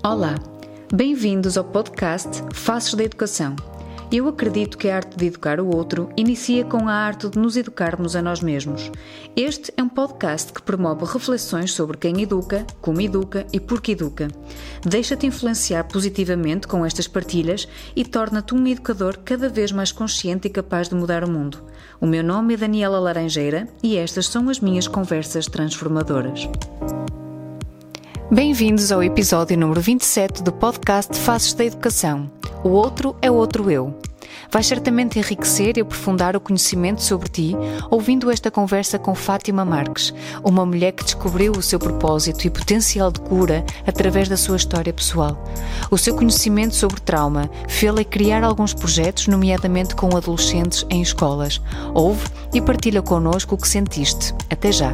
Olá, bem-vindos ao podcast Faces da Educação. Eu acredito que a arte de educar o outro inicia com a arte de nos educarmos a nós mesmos. Este é um podcast que promove reflexões sobre quem educa, como educa e por que educa. Deixa-te influenciar positivamente com estas partilhas e torna-te um educador cada vez mais consciente e capaz de mudar o mundo. O meu nome é Daniela Laranjeira e estas são as minhas conversas transformadoras. Bem-vindos ao episódio número 27 do podcast Faces da Educação. O outro é outro eu. Vais certamente enriquecer e aprofundar o conhecimento sobre ti ouvindo esta conversa com Fátima Marques, uma mulher que descobriu o seu propósito e potencial de cura através da sua história pessoal. O seu conhecimento sobre trauma fê-la criar alguns projetos, nomeadamente com adolescentes em escolas. Ouve e partilha connosco o que sentiste. Até já!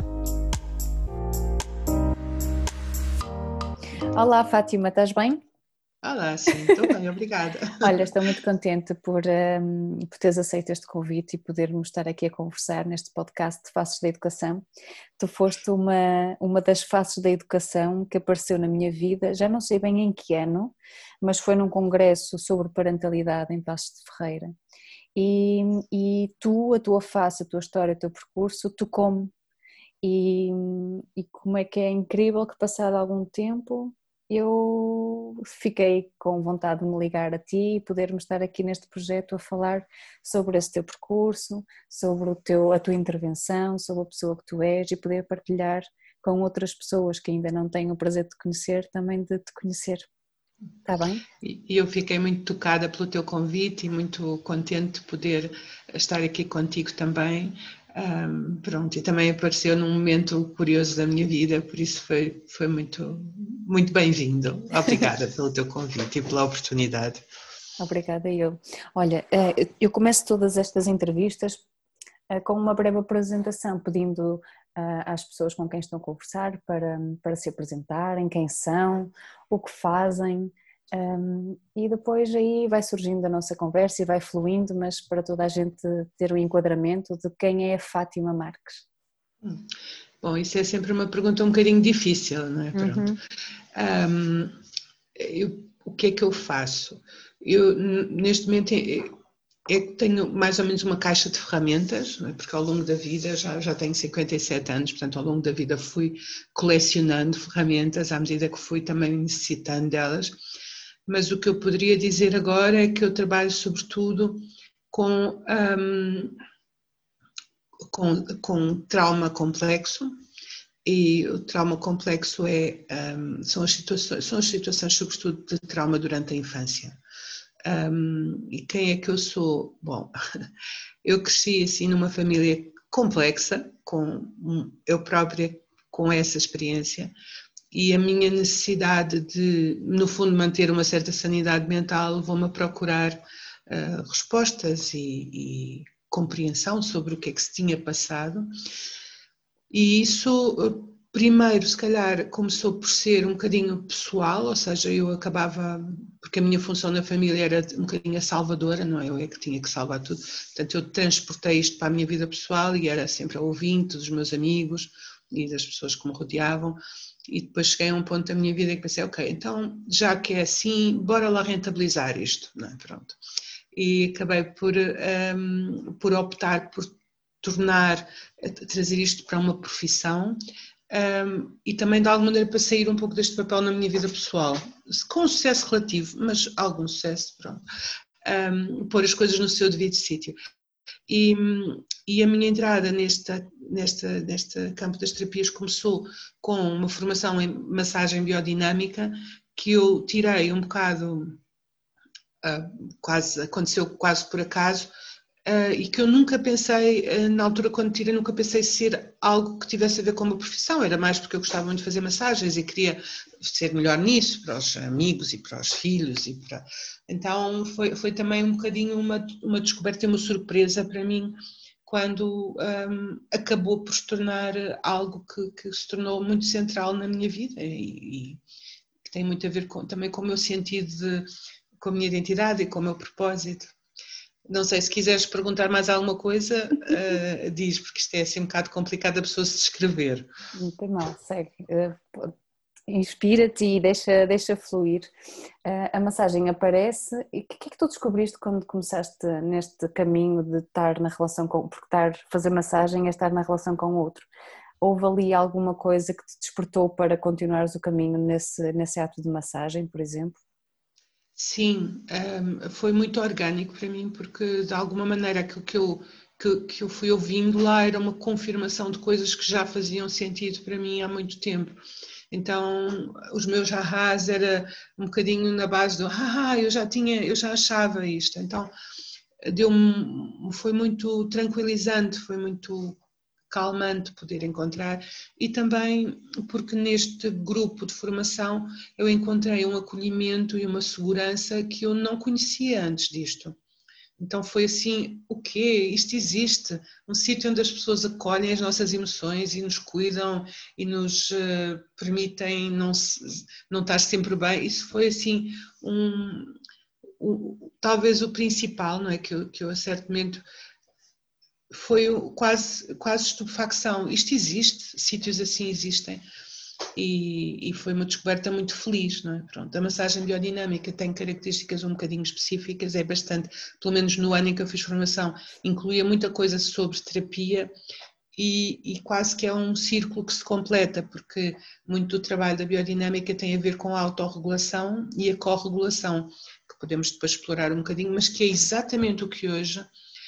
Olá Fátima, estás bem? Olá, sim, estou bem, obrigada. Olha, estou muito contente por teres aceito este convite e podermos estar aqui a conversar neste podcast de Faces da Educação. Tu foste uma das faces da educação que apareceu na minha vida, já não sei bem em que ano, mas foi num congresso sobre parentalidade em Paços de Ferreira. E tu, a tua face, a tua história, o teu percurso, tocou-me. E como é que é incrível que passado algum tempo eu fiquei com vontade de me ligar a ti e podermos estar aqui neste projeto a falar sobre esse teu percurso, sobre a tua intervenção, sobre a pessoa que tu és e poder partilhar com outras pessoas que ainda não têm o prazer de te conhecer, também de te conhecer. Está bem? E eu fiquei muito tocada pelo teu convite e muito contente de poder estar aqui contigo também. Pronto, e também apareceu num momento curioso da minha vida, por isso foi muito, muito bem-vindo. Obrigada pelo teu convite e pela oportunidade. Obrigada eu. Olha, eu começo todas estas entrevistas com uma breve apresentação, pedindo às pessoas com quem estão a conversar para se apresentarem, quem são, o que fazem. E depois aí vai surgindo a nossa conversa e vai fluindo, mas para toda a gente ter o enquadramento de quem é a Fátima Marques. Bom, isso é sempre uma pergunta um bocadinho difícil, não é? Pronto. O que é que eu faço? Eu, neste momento, tenho mais ou menos uma caixa de ferramentas, não é? Porque ao longo da vida, já tenho 57 anos, portanto ao longo da vida fui colecionando ferramentas à medida que fui também necessitando delas. Mas o que eu poderia dizer agora é que eu trabalho sobretudo com trauma complexo, e o trauma complexo são as situações sobretudo de trauma durante a infância. E quem é que eu sou? Bom, eu cresci assim numa família complexa, eu própria com essa experiência, e a minha necessidade de, no fundo, manter uma certa sanidade mental levou-me a procurar respostas e compreensão sobre o que é que se tinha passado. E isso, primeiro, se calhar, começou por ser um bocadinho pessoal, ou seja, eu acabava, porque a minha função na família era um bocadinho a salvadora, não é? Eu é que tinha que salvar tudo. Portanto, eu transportei isto para a minha vida pessoal e era sempre a ouvinte dos meus amigos e das pessoas que me rodeavam. E depois cheguei a um ponto da minha vida que pensei, ok, então já que é assim, bora lá rentabilizar isto, não é? Pronto. E acabei por optar por trazer isto para uma profissão e também de alguma maneira para sair um pouco deste papel na minha vida pessoal, com sucesso relativo, mas algum sucesso, pronto. Pôr as coisas no seu devido sítio. E a minha entrada neste campo das terapias começou com uma formação em massagem biodinâmica que eu tirei um bocado, aconteceu quase por acaso, e que eu nunca pensei, na altura quando tirei, nunca pensei ser algo que tivesse a ver com uma profissão, era mais porque eu gostava muito de fazer massagens e queria ser melhor nisso, para os amigos e para os filhos. Então foi também um bocadinho uma descoberta e uma surpresa para mim, quando acabou por se tornar algo que se tornou muito central na minha vida e que tem muito a ver também com o meu sentido, com a minha identidade e com o meu propósito. Não sei, se quiseres perguntar mais alguma coisa, diz, porque isto é assim um bocado complicado a pessoa se descrever. Não tem mal, segue. inspira-te e deixa fluir. A massagem aparece. E o que é que tu descobriste quando começaste neste caminho de estar na relação com... Porque fazer massagem é estar na relação com o outro. Houve ali alguma coisa que te despertou para continuares o caminho nesse ato de massagem, por exemplo? Sim, foi muito orgânico para mim, porque de alguma maneira aquilo que eu fui ouvindo lá era uma confirmação de coisas que já faziam sentido para mim há muito tempo. Então, os meus ahás era um bocadinho na base do eu já achava isto. Então, foi muito tranquilizante, foi muito calmante poder encontrar, e também porque neste grupo de formação eu encontrei um acolhimento e uma segurança que eu não conhecia antes disto. Então foi assim, o quê? Isto existe, um sítio onde as pessoas acolhem as nossas emoções e nos cuidam e nos permitem não estar sempre bem. Isso foi assim talvez o principal, não é? Que eu a certo momento foi quase estupefacção. Isto existe, sítios assim existem. E foi uma descoberta muito feliz, não é? Pronto, a massagem biodinâmica tem características um bocadinho específicas, é bastante, pelo menos no ano em que eu fiz formação, incluía muita coisa sobre terapia e quase que é um círculo que se completa, porque muito do trabalho da biodinâmica tem a ver com a autorregulação e a corregulação, que podemos depois explorar um bocadinho, mas que é exatamente o que hoje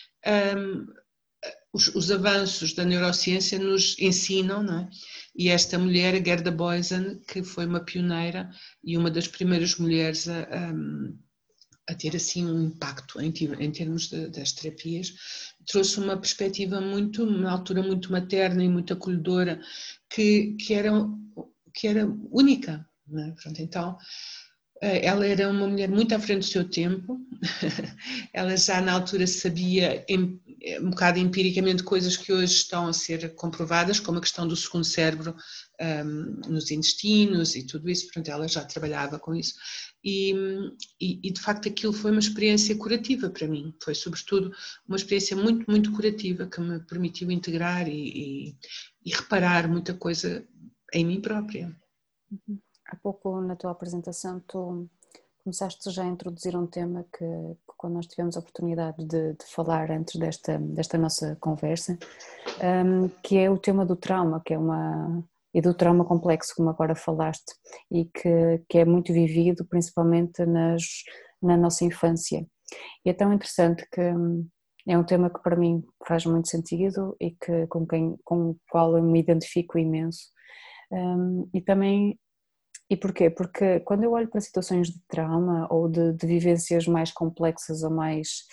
os avanços da neurociência nos ensinam, não é? E esta mulher, a Gerda Boysen, que foi uma pioneira e uma das primeiras mulheres a ter assim um impacto em termos das terapias, trouxe uma perspectiva uma altura muito materna e muito acolhedora, que era única, não é? Pronto, então, ela era uma mulher muito à frente do seu tempo, ela já na altura sabia um bocado empiricamente coisas que hoje estão a ser comprovadas, como a questão do segundo cérebro nos intestinos e tudo isso, portanto ela já trabalhava com isso e de facto aquilo foi uma experiência curativa para mim, foi sobretudo uma experiência muito, muito curativa que me permitiu integrar e reparar muita coisa em mim própria. Há pouco na tua apresentação tu começaste já a introduzir um tema que quando nós tivemos a oportunidade de falar antes desta nossa conversa, que é o tema do trauma, e do trauma complexo, como agora falaste, e que é muito vivido principalmente na nossa infância. E é tão interessante que é um tema que para mim faz muito sentido e com o qual eu me identifico imenso. E também, e porquê? Porque quando eu olho para situações de trauma ou de vivências mais complexas ou mais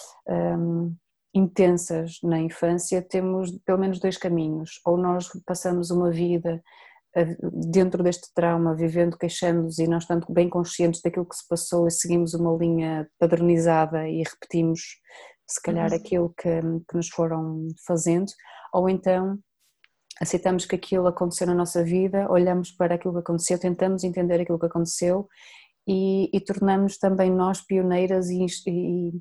intensas na infância, temos pelo menos dois caminhos. Ou nós passamos uma vida dentro deste trauma, vivendo, queixando-nos e não estando bem conscientes daquilo que se passou e seguimos uma linha padronizada e repetimos se calhar aquilo que nos foram fazendo, ou então aceitamos que aquilo aconteceu na nossa vida, olhamos para aquilo que aconteceu, tentamos entender aquilo que aconteceu e tornamos também nós pioneiras e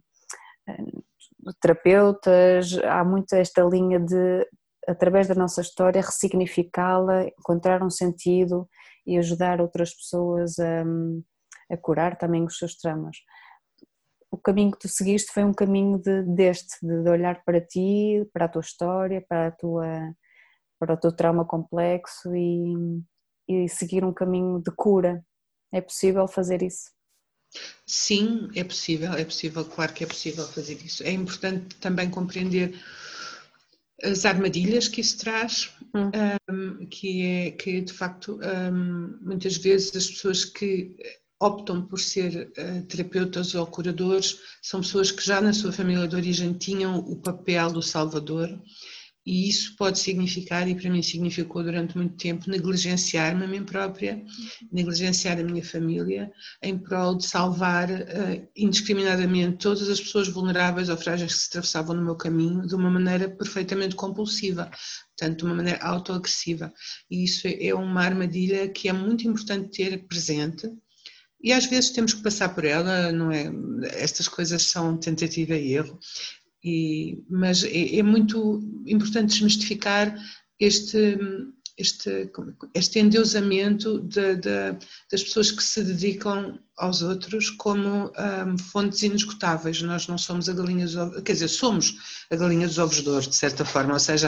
terapeutas. Há muito esta linha de, através da nossa história, ressignificá-la, encontrar um sentido e ajudar outras pessoas a curar também os seus traumas. O caminho que tu seguiste foi um caminho de olhar para ti, para a tua história, para o teu trauma complexo e seguir um caminho de cura. É possível fazer isso? Sim, é possível, claro que é possível fazer isso. É importante também compreender as armadilhas que isso traz, que de facto muitas vezes as pessoas que optam por ser terapeutas ou curadores são pessoas que já na sua família de origem tinham o papel do salvador, e isso pode significar, e para mim significou durante muito tempo, negligenciar-me a mim própria, negligenciar a minha família, em prol de salvar indiscriminadamente todas as pessoas vulneráveis ou frágeis que se atravessavam no meu caminho de uma maneira perfeitamente compulsiva, portanto de uma maneira autoagressiva. E isso é uma armadilha que é muito importante ter presente. E às vezes temos que passar por ela, não é? Estas coisas são tentativa e erro. Mas é muito importante desmistificar este este endeusamento das pessoas que se dedicam aos outros como fontes inesgotáveis. Nós não somos a galinha dos ovos, quer dizer, somos a galinha dos ovos de ouro, de certa forma, ou seja,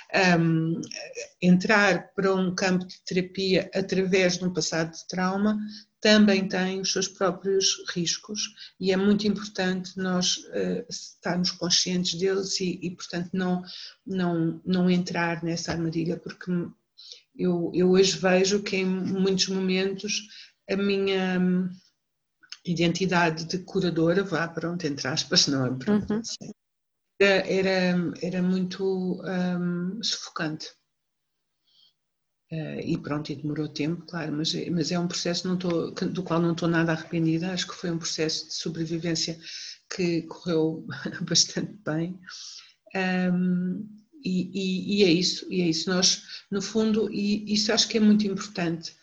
entrar para um campo de terapia através de um passado de trauma também tem os seus próprios riscos e é muito importante nós estarmos conscientes deles e portanto, não entrar nessa armadilha, porque eu hoje vejo que em muitos momentos a minha identidade de curadora, pronto, entre aspas, não é? Pronto, era muito sufocante. E pronto, e demorou tempo, claro, mas é um processo do qual não estou nada arrependida. Acho que foi um processo de sobrevivência que correu bastante bem. E é isso. Nós, no fundo, e isso acho que é muito importante,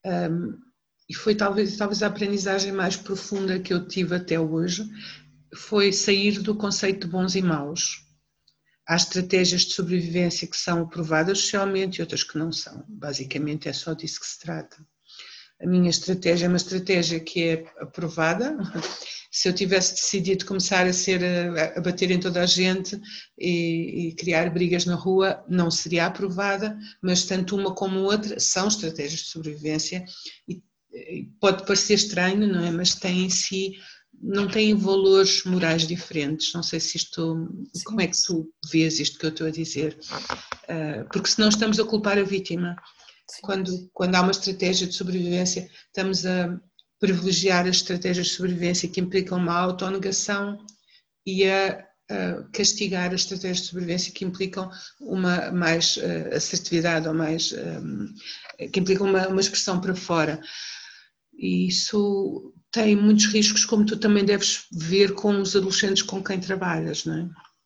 e foi talvez a aprendizagem mais profunda que eu tive até hoje, foi sair do conceito de bons e maus. Há estratégias de sobrevivência que são aprovadas socialmente e outras que não são. Basicamente é só disso que se trata. A minha estratégia é uma estratégia que é aprovada. Se eu tivesse decidido começar a bater em toda a gente e criar brigas na rua, não seria aprovada, mas tanto uma como outra são estratégias de sobrevivência e pode parecer estranho, não é? Mas tem em si, não têm valores morais diferentes. Não sei se isto, sim, como é que tu vês isto que eu estou a dizer? Porque senão estamos a culpar a vítima. Quando há uma estratégia de sobrevivência, estamos a privilegiar as estratégias de sobrevivência que implicam uma autonegação e a castigar as estratégias de sobrevivência que implicam uma mais assertividade ou mais que implicam uma expressão para fora. E isso tem muitos riscos, como tu também deves ver com os adolescentes com quem trabalhas, não é?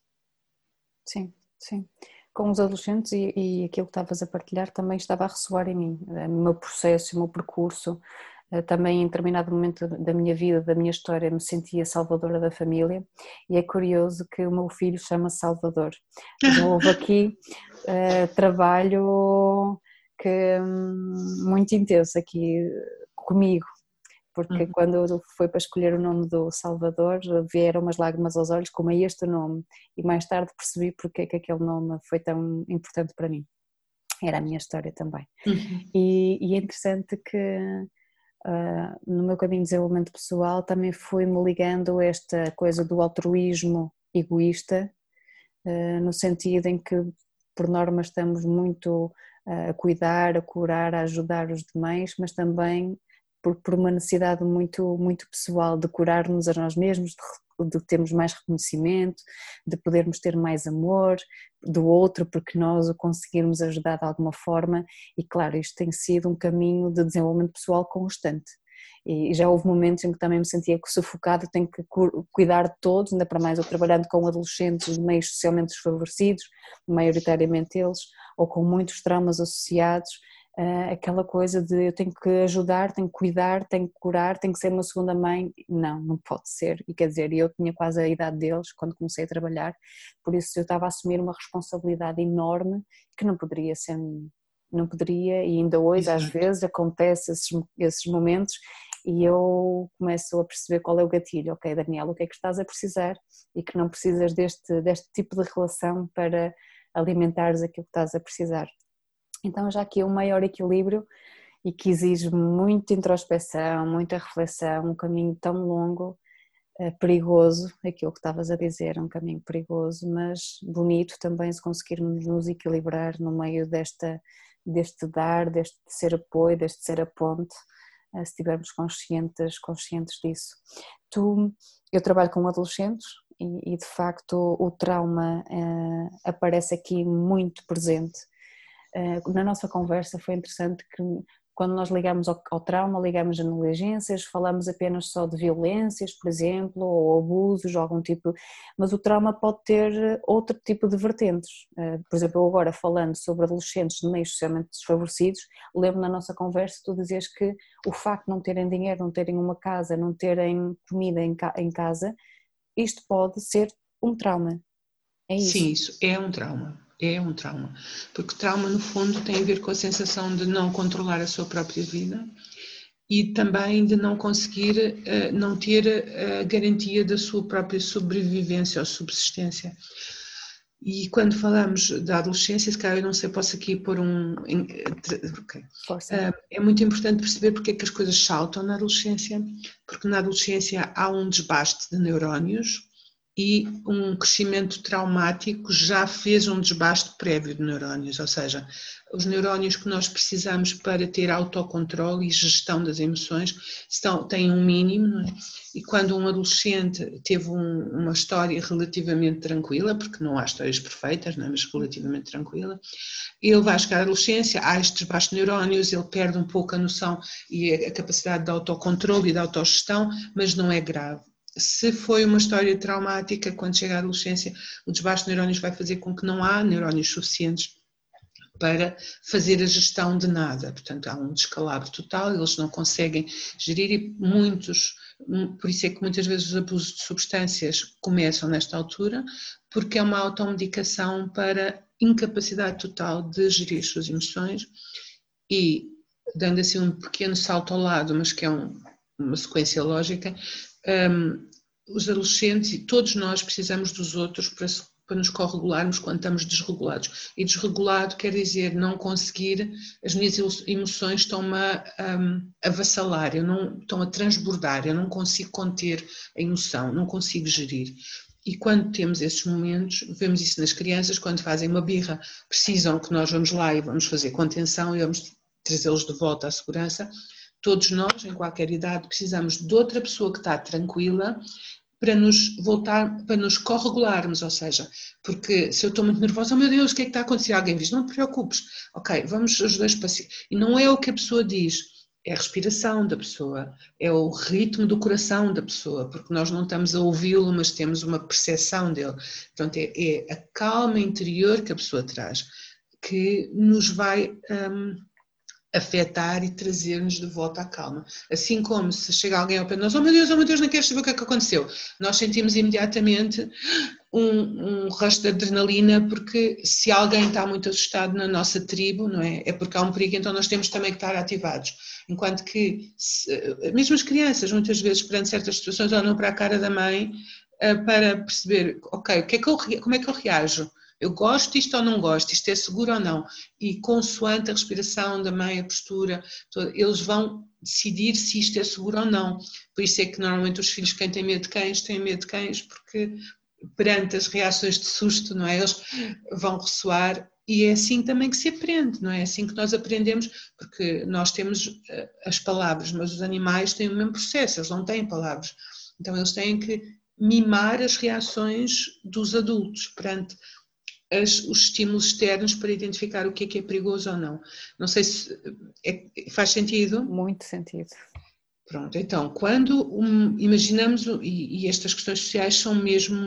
Sim, sim. Com os adolescentes e aquilo que estavas a partilhar também estava a ressoar em mim. O meu processo, o meu percurso, também em determinado momento da minha vida, da minha história, me sentia salvadora da família e é curioso que o meu filho chama-se Salvador. Já houve aqui trabalho muito intenso aqui comigo, porque quando foi para escolher o nome do Salvador vieram umas lágrimas aos olhos, como é este o nome, e mais tarde percebi porque é que aquele nome foi tão importante para mim. Era a minha história também. E é interessante que no meu caminho de desenvolvimento pessoal também fui-me ligando a esta coisa do altruísmo egoísta, no sentido em que por norma estamos muito a cuidar, a curar, a ajudar os demais, mas também por uma necessidade muito, muito pessoal de curar-nos a nós mesmos, de termos mais reconhecimento, de podermos ter mais amor do outro porque nós o conseguirmos ajudar de alguma forma. E claro, isto tem sido um caminho de desenvolvimento pessoal constante. E já houve momentos em que também me sentia sufocada, tenho que cuidar de todos, ainda para mais eu trabalhando com adolescentes de meios socialmente desfavorecidos, maioritariamente eles, ou com muitos traumas associados, aquela coisa de eu tenho que ajudar, tenho que cuidar, tenho que curar, tenho que ser uma segunda mãe, não pode ser. E quer dizer, eu tinha quase a idade deles quando comecei a trabalhar, por isso eu estava a assumir uma responsabilidade enorme que não poderia ser minha. Não poderia, e ainda hoje às vezes acontece esses momentos e eu começo a perceber qual é o gatilho. Ok, Daniela, o que é que estás a precisar e que não precisas deste tipo de relação para alimentares aquilo que estás a precisar. Então já aqui um maior equilíbrio e que exige muita introspeção, muita reflexão, um caminho tão longo, perigoso, aquilo que estavas a dizer, um caminho perigoso, mas bonito também se conseguirmos nos equilibrar no meio deste dar, deste ser apoio, deste ser a ponte, se estivermos conscientes disso. Eu trabalho com adolescentes e de facto o trauma aparece aqui muito presente. Na nossa conversa foi interessante que quando nós ligamos ao trauma, ligamos a negligências, falamos apenas só de violências, por exemplo, ou abusos, ou algum tipo, mas o trauma pode ter outro tipo de vertentes. Por exemplo, eu agora falando sobre adolescentes de meios socialmente desfavorecidos, lembro na nossa conversa tu dizias que o facto de não terem dinheiro, não terem uma casa, não terem comida em casa, isto pode ser um trauma. É isso? Sim, isso é um trauma. É um trauma. Porque trauma, no fundo, tem a ver com a sensação de não controlar a sua própria vida e também de não conseguir, não ter a garantia da sua própria sobrevivência ou subsistência. E quando falamos da adolescência, se calhar eu não sei, posso aqui pôr okay. É muito importante perceber porque é que as coisas saltam na adolescência, porque na adolescência há um desbaste de neurónios e um crescimento traumático já fez um desbaste prévio de neurónios, ou seja, os neurónios que nós precisamos para ter autocontrole e gestão das emoções têm um mínimo, não é? E quando um adolescente teve uma história relativamente tranquila, porque não há histórias perfeitas, não é? Mas relativamente tranquila, ele vai chegar à adolescência, há estes desbaste de neurónios, ele perde um pouco a noção e a capacidade de autocontrole e de autogestão, mas não é grave. Se foi uma história traumática, quando chega à adolescência, o desbaste de neurónios vai fazer com que não há neurónios suficientes para fazer a gestão de nada. Portanto, há um descalabro total, eles não conseguem gerir e por isso é que muitas vezes os abusos de substâncias começam nesta altura, porque é uma automedicação para incapacidade total de gerir as suas emoções e, dando assim um pequeno salto ao lado, mas que é uma sequência lógica, os adolescentes e todos nós precisamos dos outros para nos corregularmos quando estamos desregulados. E desregulado quer dizer não conseguir, as minhas emoções estão-me a avassalar, estão a transbordar, eu não consigo conter a emoção, não consigo gerir. E quando temos esses momentos, vemos isso nas crianças, quando fazem uma birra, precisam que nós vamos lá e vamos fazer contenção e vamos trazê-los de volta à segurança. Todos nós, em qualquer idade, precisamos de outra pessoa que está tranquila para nos voltar, para nos corregularmos, ou seja, porque se eu estou muito nervosa, oh meu Deus, o que é que está a acontecer? Alguém diz, não te preocupes, ok, vamos os dois passear. E não é o que a pessoa diz, é a respiração da pessoa, é o ritmo do coração da pessoa, porque nós não estamos a ouvi-lo, mas temos uma percepção dele. Portanto, é a calma interior que a pessoa traz, que nos vai afetar e trazer-nos de volta à calma. Assim como se chega alguém ao pé de nós, oh meu Deus, não queres saber o que é que aconteceu? Nós sentimos imediatamente um rush de adrenalina, porque se alguém está muito assustado na nossa tribo, não é? É porque há um perigo, então nós temos também que estar ativados. Enquanto que, mesmo as crianças, muitas vezes, perante certas situações, olham para a cara da mãe para perceber, ok, como é que eu reajo? Eu gosto disto ou não gosto? Isto é seguro ou não? E consoante a respiração da mãe, a postura, eles vão decidir se isto é seguro ou não. Por isso é que normalmente os filhos, quem tem medo de cães, têm medo de cães, porque perante as reações de susto, não é? Eles vão ressoar e é assim também que se aprende, não é? É assim que nós aprendemos, porque nós temos as palavras, mas os animais têm o mesmo processo, eles não têm palavras. Então eles têm que mimar as reações dos adultos perante os estímulos externos para identificar o que é perigoso ou não. Não sei se faz sentido? Muito sentido. Pronto, então, quando imaginamos, e estas questões sociais são mesmo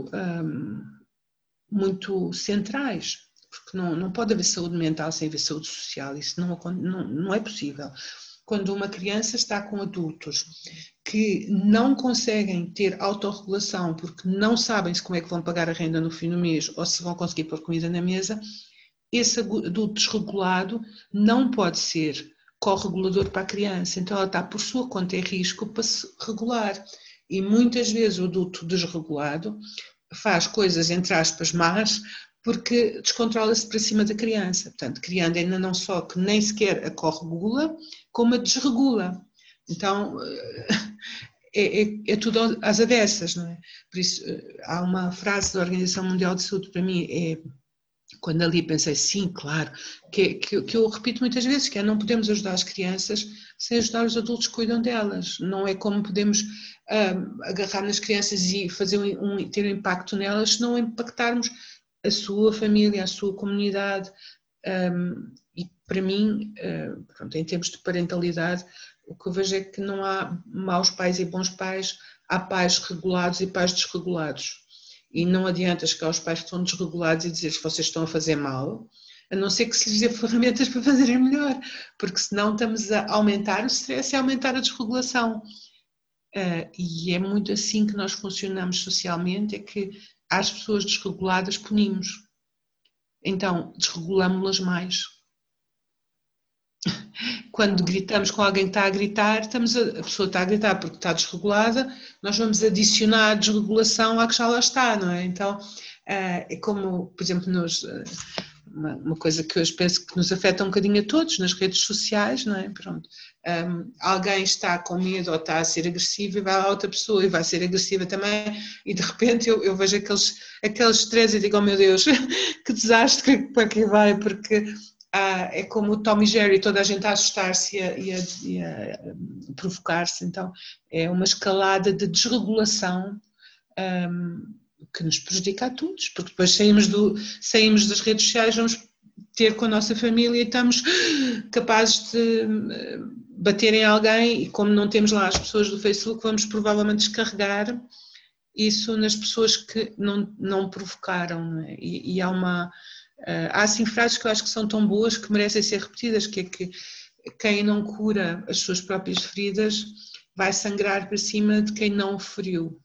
muito centrais, porque não pode haver saúde mental sem haver saúde social, isso não é possível. Quando uma criança está com adultos que não conseguem ter autorregulação porque não sabem como é que vão pagar a renda no fim do mês ou se vão conseguir pôr comida na mesa, esse adulto desregulado não pode ser corregulador para a criança, então ela está por sua conta em risco para se regular. E muitas vezes o adulto desregulado faz coisas, entre aspas, más, porque descontrola-se para cima da criança, portanto, criando ainda não só que nem sequer a corregula, como a desregula. Então, é tudo às avessas, não é? Por isso, há uma frase da Organização Mundial de Saúde, para mim, quando ali pensei, sim, claro, que eu repito muitas vezes, que é não podemos ajudar as crianças sem ajudar os adultos que cuidam delas. Não é como podemos agarrar nas crianças e fazer ter um impacto nelas se não impactarmos a sua família, a sua comunidade. E para mim, pronto, em termos de parentalidade, o que eu vejo é que não há maus pais e bons pais, há pais regulados e pais desregulados. E não adianta chegar aos pais que estão desregulados e dizer que vocês estão a fazer mal, a não ser que se lhes dê ferramentas para fazerem melhor, porque senão estamos a aumentar o stress e a aumentar a desregulação. E é muito assim que nós funcionamos socialmente, é que às pessoas desreguladas punimos. então desregulamos-las mais. Quando gritamos com alguém que está a gritar, a pessoa está a gritar porque está desregulada, nós vamos adicionar desregulação à que já lá está, não é? Então, é como, por exemplo, uma coisa que hoje penso que nos afeta um bocadinho a todos, nas redes sociais, não é? Pronto. Alguém está com medo ou está a ser agressivo e vai lá outra pessoa e vai ser agressiva também e de repente eu vejo aqueles três e digo, oh meu Deus, que desastre para que vai, porque é como o Tom e Jerry, toda a gente a assustar-se e a provocar-se, então é uma escalada de desregulação que nos prejudica a todos, porque depois saímos das redes sociais, vamos ter com a nossa família e estamos capazes de bater em alguém e como não temos lá as pessoas do Facebook, vamos provavelmente descarregar isso nas pessoas que não provocaram, não é? E há assim frases que eu acho que são tão boas que merecem ser repetidas, que é que quem não cura as suas próprias feridas vai sangrar para cima de quem não o feriu.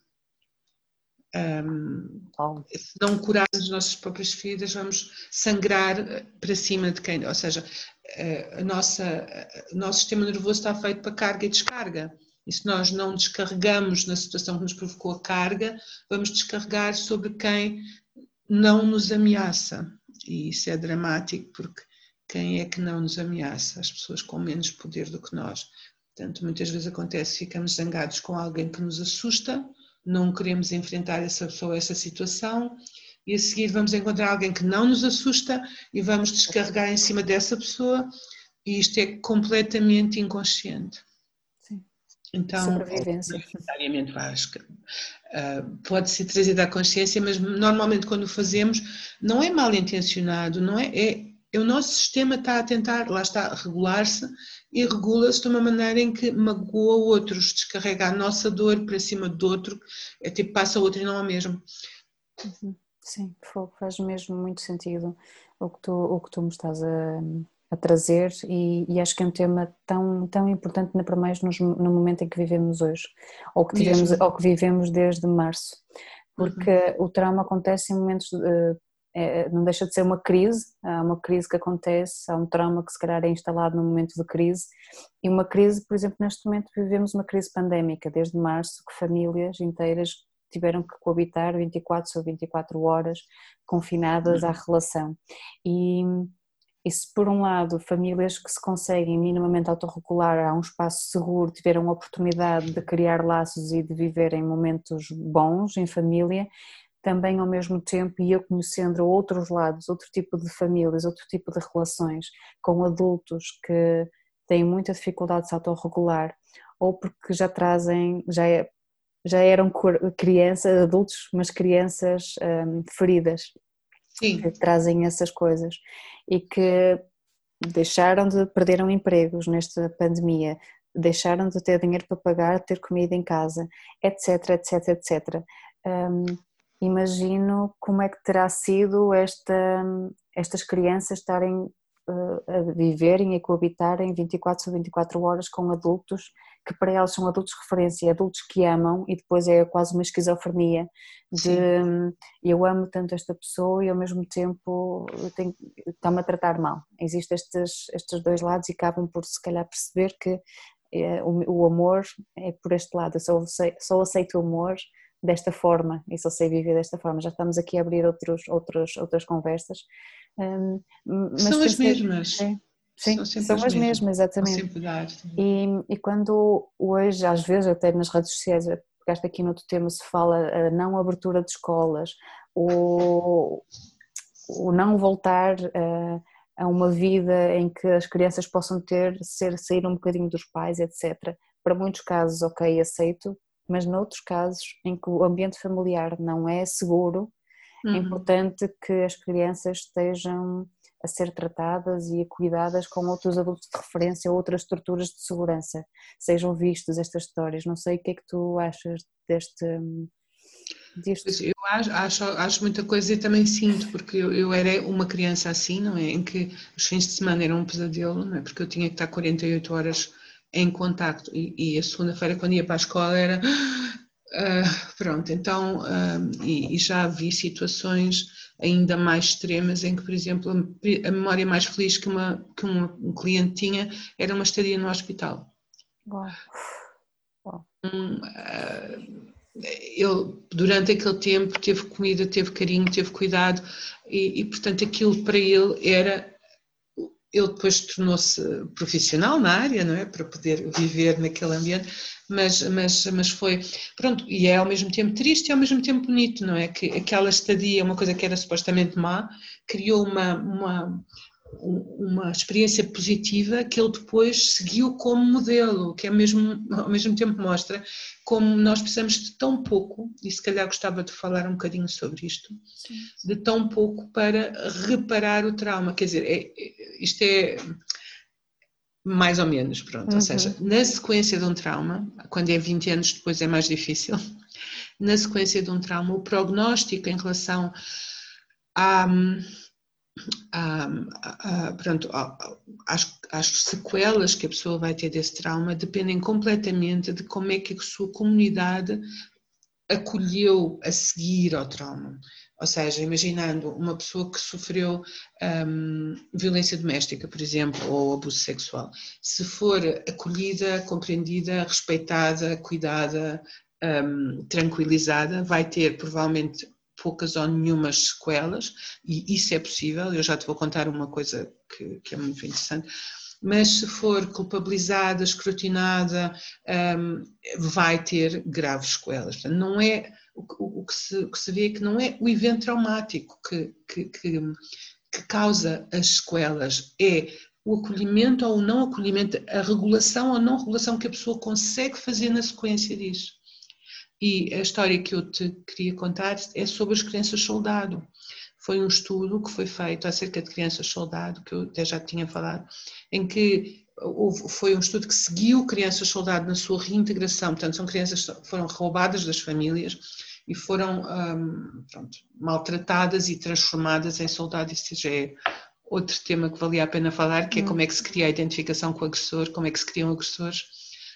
Se não curarmos as nossas próprias feridas, vamos sangrar para cima de quem, ou seja, o nosso sistema nervoso está feito para carga e descarga. E se nós não descarregamos na situação que nos provocou a carga, vamos descarregar sobre quem não nos ameaça. E isso é dramático, porque quem é que não nos ameaça? As pessoas com menos poder do que nós. Portanto, muitas vezes acontece, ficamos zangados com alguém que nos assusta, não queremos enfrentar essa pessoa, essa situação, e a seguir vamos encontrar alguém que não nos assusta e vamos descarregar em cima dessa pessoa, e isto é completamente inconsciente. Sim. Então, sobrevivência. Necessariamente pode ser trazida à consciência, mas normalmente quando o fazemos não é mal intencionado, não é o nosso sistema está a tentar, lá está, regular-se e regula-se de uma maneira em que magoa outros, descarrega a nossa dor para cima do outro, é tipo passa o outro e não ao mesmo. Sim, faz mesmo muito sentido o que tu me estás a trazer e acho que é um tema tão importante, ainda para mais no momento em que vivemos hoje, ou que vivemos desde março, porque o trauma acontece em momentos não deixa de ser uma crise, há uma crise que acontece, há um trauma que se calhar é instalado no momento de crise, e uma crise, por exemplo, neste momento vivemos uma crise pandémica, desde março, que famílias inteiras tiveram que coabitar 24 sobre 24 horas confinadas à relação, e se por um lado famílias que se conseguem minimamente autorregular a um espaço seguro tiveram a oportunidade de criar laços e de viverem momentos bons em família, também ao mesmo tempo ia conhecendo outros lados, outro tipo de famílias, outro tipo de relações com adultos que têm muita dificuldade de se autorregular ou porque já eram crianças, adultos, mas crianças feridas. Sim. Que trazem essas coisas e que perderam empregos nesta pandemia, deixaram de ter dinheiro para pagar, ter comida em casa, etc, etc, etc. Imagino como é que terá sido estas crianças estarem a viverem e coabitarem 24 sobre 24 horas com adultos que para elas são adultos de referência, adultos que amam, e depois é quase uma esquizofrenia de eu amo tanto esta pessoa e ao mesmo tempo está-me a tratar mal. Existem estes dois lados e acabam por se calhar perceber que o amor é por este lado, eu só aceito o amor desta forma e só sei viver desta forma. Já estamos aqui a abrir outras conversas. São as mesmas. Sim, são as mesmas, exatamente. E quando hoje, às vezes, até nas redes sociais, pegaste aqui no outro tema, se fala a não abertura de escolas, o não voltar a uma vida em que as crianças possam sair um bocadinho dos pais, etc. Para muitos casos, ok, aceito, mas noutros casos em que o ambiente familiar não é seguro, é importante que as crianças estejam a ser tratadas e cuidadas com outros adultos de referência, outras estruturas de segurança, sejam vistas estas histórias. Não sei o que é que tu achas disto. Eu acho muita coisa e também sinto, porque eu era uma criança assim, não é? Em que os fins de semana eram um pesadelo, não é? Porque eu tinha que estar 48 horas em contacto e a segunda-feira quando ia para a escola era Pronto, então, e já vi situações ainda mais extremas em que, por exemplo, a memória mais feliz que um cliente tinha era uma estadia no hospital. Uau. Uau. Ele, durante aquele tempo, teve comida, teve carinho, teve cuidado e portanto, aquilo para ele era... Ele depois tornou-se profissional na área, não é? Para poder viver naquele ambiente, mas foi, pronto, e é ao mesmo tempo triste e ao mesmo tempo bonito, não é? Que aquela estadia, uma coisa que era supostamente má, criou uma experiência positiva que ele depois seguiu como modelo, que é mesmo, ao mesmo tempo mostra como nós precisamos de tão pouco, e se calhar gostava de falar um bocadinho sobre isto, Sim. de tão pouco para reparar o trauma, quer dizer, isto é mais ou menos, pronto, ou seja, na sequência de um trauma, quando é 20 anos depois é mais difícil, na sequência de um trauma, o prognóstico em relação pronto, às sequelas que a pessoa vai ter desse trauma dependem completamente de como é que a sua comunidade acolheu a seguir ao trauma. Ou seja, imaginando uma pessoa que sofreu violência doméstica, por exemplo, ou abuso sexual, se for acolhida, compreendida, respeitada, cuidada, tranquilizada, vai ter provavelmente poucas ou nenhumas sequelas, e isso é possível. Eu já te vou contar uma coisa que é muito interessante. Mas se for culpabilizada, escrutinada, vai ter graves sequelas. Portanto, não é, o que se vê é que não é o evento traumático que causa as sequelas, é o acolhimento ou o não acolhimento, a regulação ou não regulação que a pessoa consegue fazer na sequência disso. E a história que eu te queria contar é sobre as crianças-soldado. Foi um estudo que foi feito acerca de crianças-soldado, que eu até já tinha falado, em que foi um estudo que seguiu crianças-soldado na sua reintegração. Portanto, são crianças que foram roubadas das famílias e foram maltratadas e transformadas em soldado. Isso já é outro tema que valia a pena falar, que é como é que se cria a identificação com o agressor, como é que se criam agressores.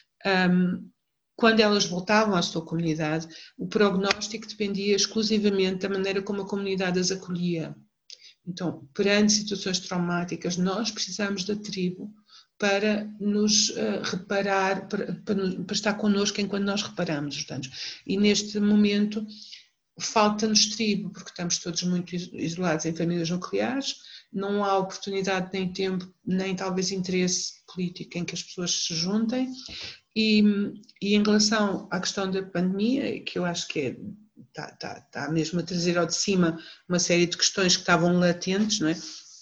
Quando elas voltavam à sua comunidade, o prognóstico dependia exclusivamente da maneira como a comunidade as acolhia. Então, perante situações traumáticas, nós precisamos da tribo para nos reparar, para estar connosco enquanto nós reparamos os danos. E neste momento falta-nos tribo, porque estamos todos muito isolados em famílias nucleares, não há oportunidade nem tempo, nem talvez interesse político em que as pessoas se juntem. E em relação à questão da pandemia, que eu acho que está mesmo a trazer ao de cima uma série de questões que estavam latentes, não é?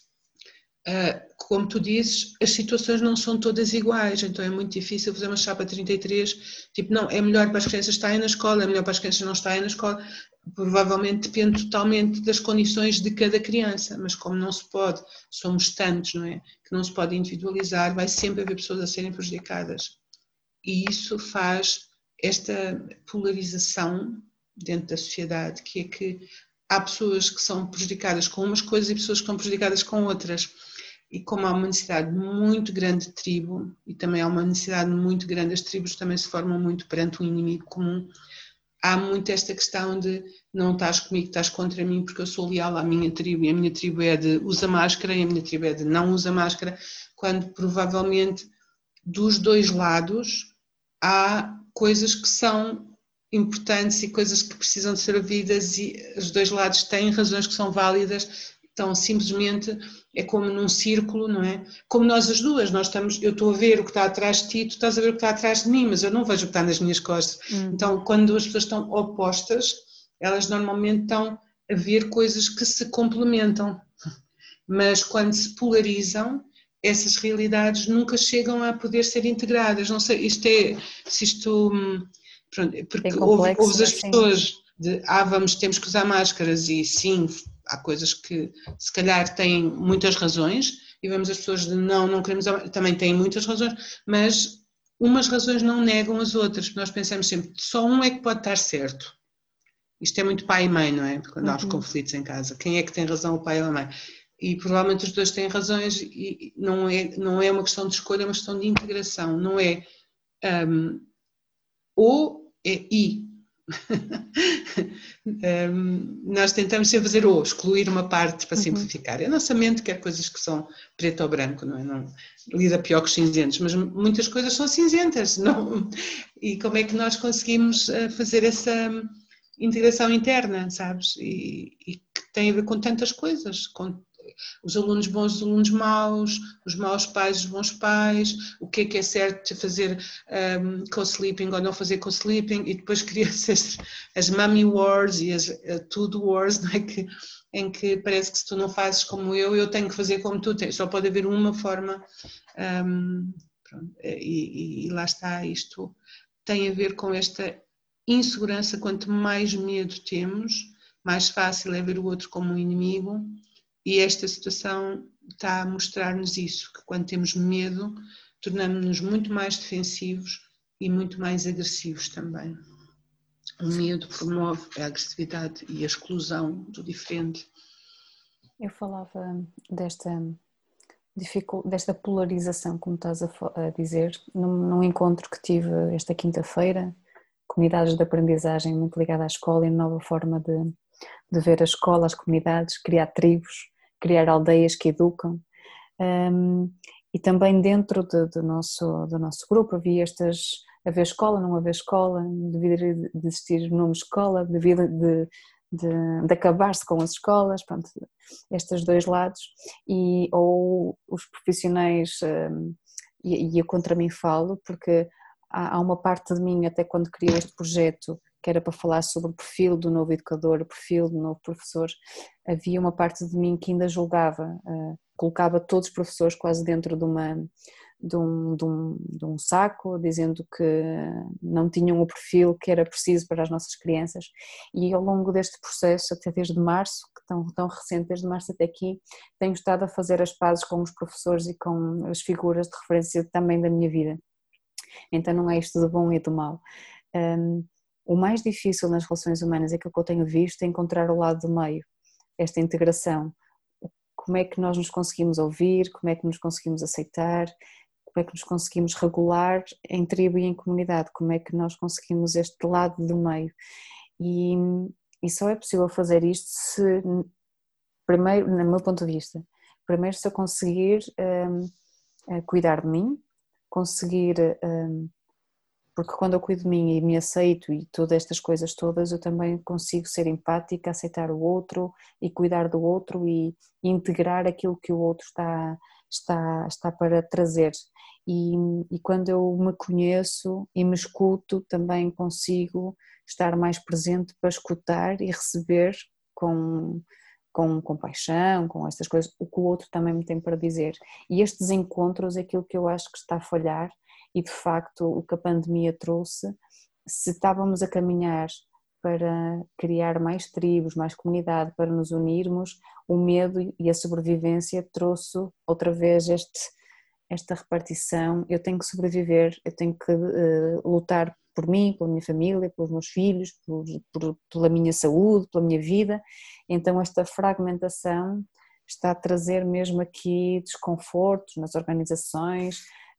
Como tu dizes, as situações não são todas iguais, então é muito difícil fazer uma chapa 33, tipo, não, é melhor para as crianças estarem na escola, é melhor para as crianças não estarem na escola, provavelmente depende totalmente das condições de cada criança, mas como não se pode, somos tantos, não é? Que não se pode individualizar, vai sempre haver pessoas a serem prejudicadas. E isso faz esta polarização dentro da sociedade, que é que há pessoas que são prejudicadas com umas coisas e pessoas que são prejudicadas com outras. E como há uma necessidade muito grande de tribo, e também há uma necessidade muito grande, as tribos também se formam muito perante um inimigo comum, há muito esta questão de não estás comigo, estás contra mim, porque eu sou leal à minha tribo, e a minha tribo é de usa máscara, e a minha tribo é de não usa máscara, quando provavelmente dos dois lados há coisas que são importantes e coisas que precisam de ser ouvidas, e os dois lados têm razões que são válidas, então simplesmente é como num círculo, não é? Como nós as duas, eu estou a ver o que está atrás de ti, tu estás a ver o que está atrás de mim, mas eu não vejo o que está nas minhas costas. Então, quando duas pessoas estão opostas, elas normalmente estão a ver coisas que se complementam, mas quando se polarizam, essas realidades nunca chegam a poder ser integradas. Não sei, pronto, porque ouves as pessoas de temos que usar máscaras, e sim, há coisas que se calhar têm muitas razões, e vemos as pessoas de não queremos usar, também têm muitas razões, mas umas razões não negam as outras, porque nós pensamos sempre, só um é que pode estar certo. Isto é muito pai e mãe, não é? Quando há os conflitos em casa, quem é que tem razão, o pai ou a mãe? E provavelmente os dois têm razões, e não é uma questão de escolha, é uma questão de integração, não é ou é e. Nós tentamos sempre fazer ou excluir uma parte para simplificar. A nossa mente quer coisas que são preto ou branco, não é? Não, lida pior que os cinzentos, mas muitas coisas são cinzentas. Não? E como é que nós conseguimos fazer essa integração interna, sabes? E que tem a ver com tantas coisas, com os alunos bons, os alunos maus, os maus pais, os bons pais, o que é certo fazer co-sleeping ou não fazer co-sleeping, e depois cria-se as mommy wars e as tudo wars, não é? Em que parece que se tu não fazes como eu tenho que fazer como tu tens, só pode haver uma forma, e lá está, isto tem a ver com esta insegurança. Quanto mais medo temos, mais fácil é ver o outro como um inimigo. E esta situação está a mostrar-nos isso, que quando temos medo, tornamos-nos muito mais defensivos e muito mais agressivos também. O medo promove a agressividade e a exclusão do diferente. Eu falava desta polarização, como estás a dizer, num encontro que tive esta quinta-feira, comunidades de aprendizagem muito ligada à escola e nova forma de ver a escola, as comunidades, criar tribos, criar aldeias que educam, e também dentro do nosso grupo havia haver escola, não haver escola, deveria de existir o nome escola, deveria de acabar-se com as escolas, pronto, estes dois lados, ou os profissionais, e eu contra mim falo, porque há uma parte de mim, até quando criei este projeto, que era para falar sobre o perfil do novo educador, o perfil do novo professor, havia uma parte de mim que ainda julgava, colocava todos os professores quase dentro de um saco, dizendo que não tinham o perfil que era preciso para as nossas crianças, e ao longo deste processo, até desde março, que tão recente, desde março até aqui, tenho estado a fazer as pazes com os professores e com as figuras de referência também da minha vida. Então não é isto de bom e de mau. O mais difícil nas relações humanas, é aquilo que eu tenho visto, é encontrar o lado do meio, esta integração. Como é que nós nos conseguimos ouvir, como é que nos conseguimos aceitar, como é que nos conseguimos regular em tribo e em comunidade, como é que nós conseguimos este lado do meio. E só é possível fazer isto se, primeiro, no meu ponto de vista, primeiro se eu conseguir cuidar de mim, conseguir... porque quando eu cuido de mim e me aceito e todas estas coisas todas, eu também consigo ser empática, aceitar o outro e cuidar do outro e integrar aquilo que o outro está para trazer. E quando eu me conheço e me escuto, também consigo estar mais presente para escutar e receber com compaixão, com estas coisas, o que o outro também me tem para dizer. E estes encontros é aquilo que eu acho que está a falhar. E de facto o que a pandemia trouxe, se estávamos a caminhar para criar mais tribos, mais comunidade, para nos unirmos, o medo e a sobrevivência trouxe outra vez esta repartição. Eu tenho que sobreviver, eu tenho que lutar por mim, pela minha família, pelos meus filhos, pela minha saúde, pela minha vida. Então esta fragmentação está a trazer mesmo aqui desconfortos nas organizações.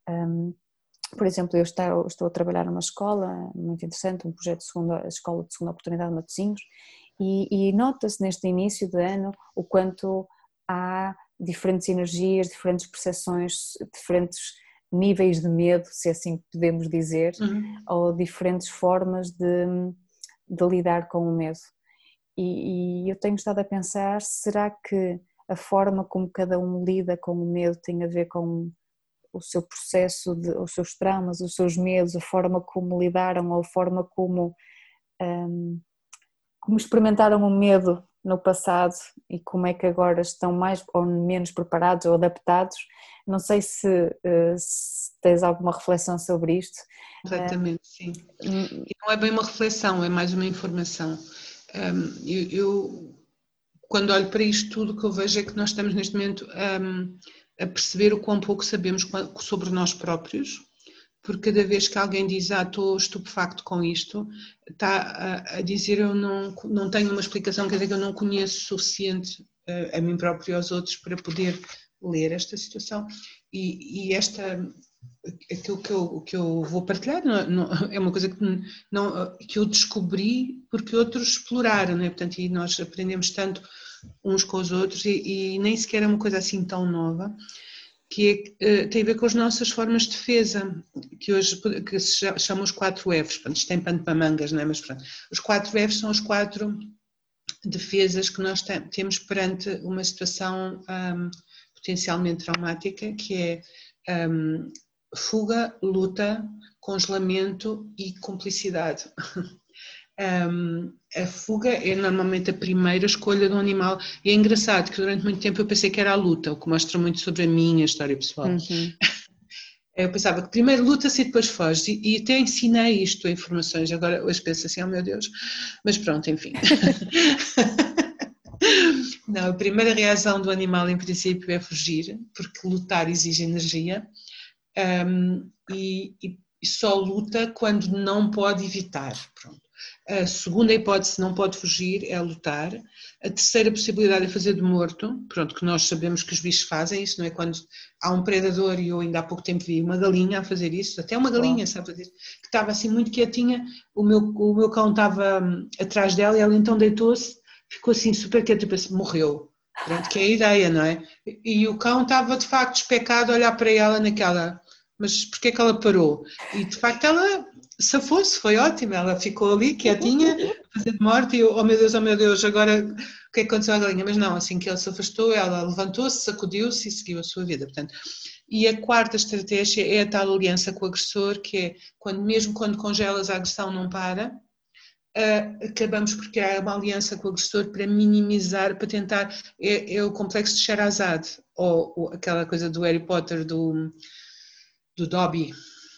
Por exemplo, eu estou a trabalhar numa escola muito interessante, um projeto de escola de segunda oportunidade de Matosinhos, e nota-se neste início de ano o quanto há diferentes energias, diferentes percepções, diferentes níveis de medo, se assim podemos dizer, ou diferentes formas de lidar com o medo. E eu tenho estado a pensar, será que a forma como cada um lida com o medo tem a ver com o seu processo, os seus traumas, os seus medos, a forma como lidaram, ou a forma como experimentaram o medo no passado e como é que agora estão mais ou menos preparados ou adaptados. Não sei se tens alguma reflexão sobre isto. Completamente, sim. E não é bem uma reflexão, é mais uma informação. Eu quando olho para isto tudo, o que eu vejo é que nós estamos neste momento a perceber o quão pouco sabemos sobre nós próprios, porque cada vez que alguém diz estou estupefacto com isto, está a dizer eu não tenho uma explicação, quer dizer que eu não conheço o suficiente a mim próprio e aos outros para poder ler esta situação. E esta aquilo que eu vou partilhar é uma coisa que eu descobri porque outros exploraram, né? Portanto, e nós aprendemos tanto uns com os outros e nem sequer é uma coisa assim tão nova, que tem a ver com as nossas formas de defesa, que hoje que se chamam os 4 Fs. Portanto, isto tem pano para mangas, não é? Mas pronto, os 4 Fs são os 4 defesas que nós temos perante uma situação potencialmente traumática, que é fuga, luta, congelamento e cumplicidade. A fuga é normalmente a primeira escolha do animal e é engraçado que durante muito tempo eu pensei que era a luta, o que mostra muito sobre a minha história pessoal. Eu pensava que primeiro luta-se e depois foge e até ensinei isto em informações, agora hoje penso assim, oh meu Deus, mas pronto, enfim. Não, a primeira reação do animal em princípio é fugir, porque lutar exige energia e só luta quando não pode evitar, pronto. A segunda hipótese, não pode fugir, é lutar. A terceira possibilidade é fazer de morto, pronto, que nós sabemos que os bichos fazem isso, não é? Quando há um predador, e eu ainda há pouco tempo vi uma galinha a fazer isso, até uma galinha, sabe fazer isso, que estava assim muito quietinha, o meu cão estava atrás dela e ela então deitou-se, ficou assim super quieta, tipo, morreu. Pronto, que é a ideia, não é? E o cão estava de facto especado a olhar para ela naquela, mas porquê que ela parou? E de facto ela safou-se, foi ótimo, ela ficou ali quietinha, a fazer de morte e eu, oh meu Deus, agora o que é que aconteceu à galinha? Mas não, assim que ele se afastou, ela levantou-se, sacudiu-se e seguiu a sua vida, portanto. E a quarta estratégia é a tal aliança com o agressor, que é mesmo quando congelas a agressão não para, acabamos por criar uma aliança com o agressor para minimizar, para tentar, é o complexo de Sherazade, ou aquela coisa do Harry Potter, do Dobby,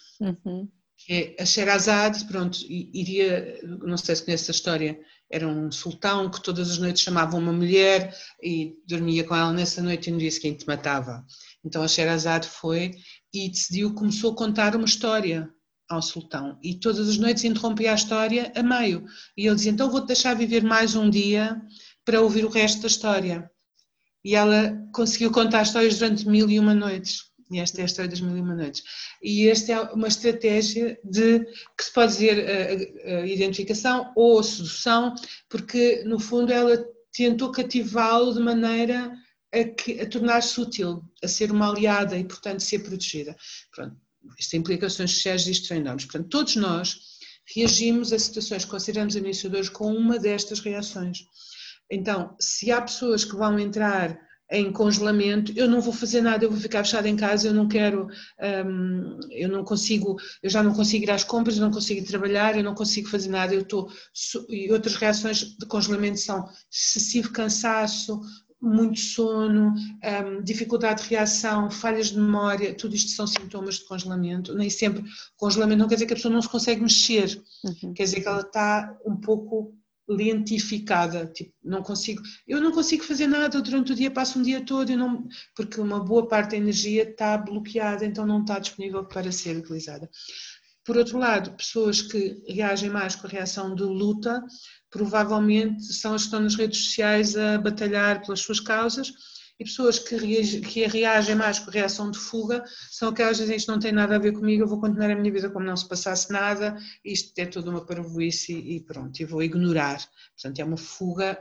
que é a Sherazade, pronto, iria, não sei se conhece a história, era um sultão que todas as noites chamava uma mulher e dormia com ela nessa noite e no dia seguinte matava. Então a Sherazade foi e começou a contar uma história ao sultão e todas as noites interrompia a história a meio e ele dizia, então vou-te deixar viver mais um dia para ouvir o resto da história. E ela conseguiu contar histórias durante 1001 noites. E esta é a história das 1001 noites. E esta é uma estratégia que se pode dizer a identificação ou a sedução, porque no fundo ela tentou cativá-lo de maneira a tornar-se útil, a ser uma aliada e portanto ser protegida. Pronto, isto tem implicações sociais disto são enormes. Portanto, todos nós reagimos a situações que consideramos ameaçadoras com uma destas reações. Então, se há pessoas que vão entrar em congelamento, eu não vou fazer nada, eu vou ficar fechada em casa, eu não quero, eu já não consigo ir às compras, eu não consigo ir trabalhar, eu não consigo fazer nada, e outras reações de congelamento são excessivo cansaço, muito sono, dificuldade de reação, falhas de memória, tudo isto são sintomas de congelamento. Nem sempre congelamento não quer dizer que a pessoa não se consegue mexer, quer dizer que ela está um pouco lentificada, tipo, eu não consigo fazer nada durante o dia, passo um dia todo, porque uma boa parte da energia está bloqueada, então não está disponível para ser utilizada. Por outro lado, pessoas que reagem mais com a reação de luta, provavelmente são as que estão nas redes sociais a batalhar pelas suas causas, e pessoas que reagem mais com a reação de fuga são aquelas que dizem isto não tem nada a ver comigo, eu vou continuar a minha vida como não se passasse nada, isto é toda uma parvoíce e pronto, eu vou ignorar. Portanto, é uma fuga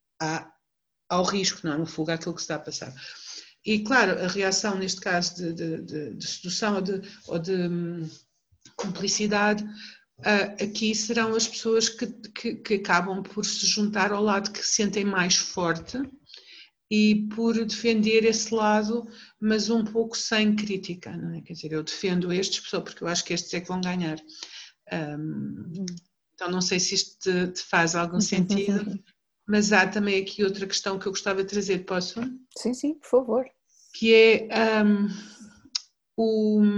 ao risco, não é uma fuga àquilo que se está a passar. E claro, a reação neste caso de sedução ou de cumplicidade, aqui serão as pessoas que acabam por se juntar ao lado que se sentem mais forte e por defender esse lado, mas um pouco sem crítica, não é? Quer dizer, eu defendo estes pessoas porque eu acho que estes é que vão ganhar. Então não sei se isto te faz algum sentido, mas há também aqui outra questão que eu gostava de trazer, posso? Sim, por favor. Que é o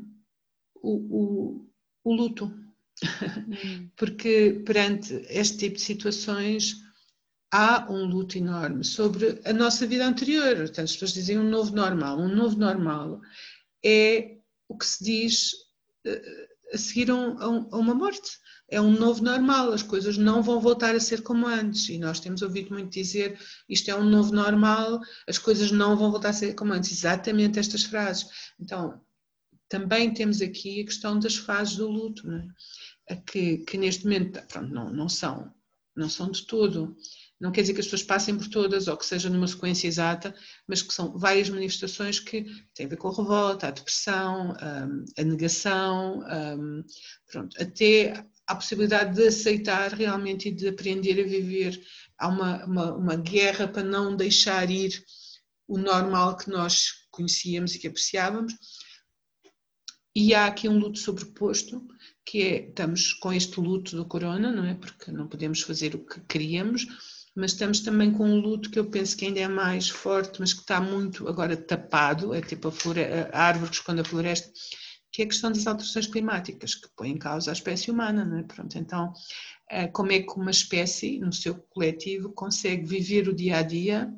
luto. Porque perante este tipo de situações há um luto enorme sobre a nossa vida anterior. Portanto, as pessoas dizem um novo normal. Um novo normal é o que se diz a seguir a uma morte. É um novo normal, as coisas não vão voltar a ser como antes. E nós temos ouvido muito dizer isto é um novo normal, as coisas não vão voltar a ser como antes. Exatamente estas frases. Então, também temos aqui a questão das fases do luto, não é? Que neste momento, pronto, não são de todo. Não quer dizer que as pessoas passem por todas ou que seja numa sequência exata, mas que são várias manifestações que têm a ver com a revolta, a depressão, a negação, pronto, até a possibilidade de aceitar realmente e de aprender a viver. Há uma guerra para não deixar ir o normal que nós conhecíamos e que apreciávamos. E há aqui um luto sobreposto, que é, estamos com este luto do corona, não é? Porque não podemos fazer o que queríamos, mas estamos também com um luto que eu penso que ainda é mais forte, mas que está muito agora tapado, é tipo a árvore que esconde a floresta, que é a questão das alterações climáticas, que põe em causa a espécie humana, não é? Pronto, então, como é que uma espécie, no seu coletivo, consegue viver o dia-a-dia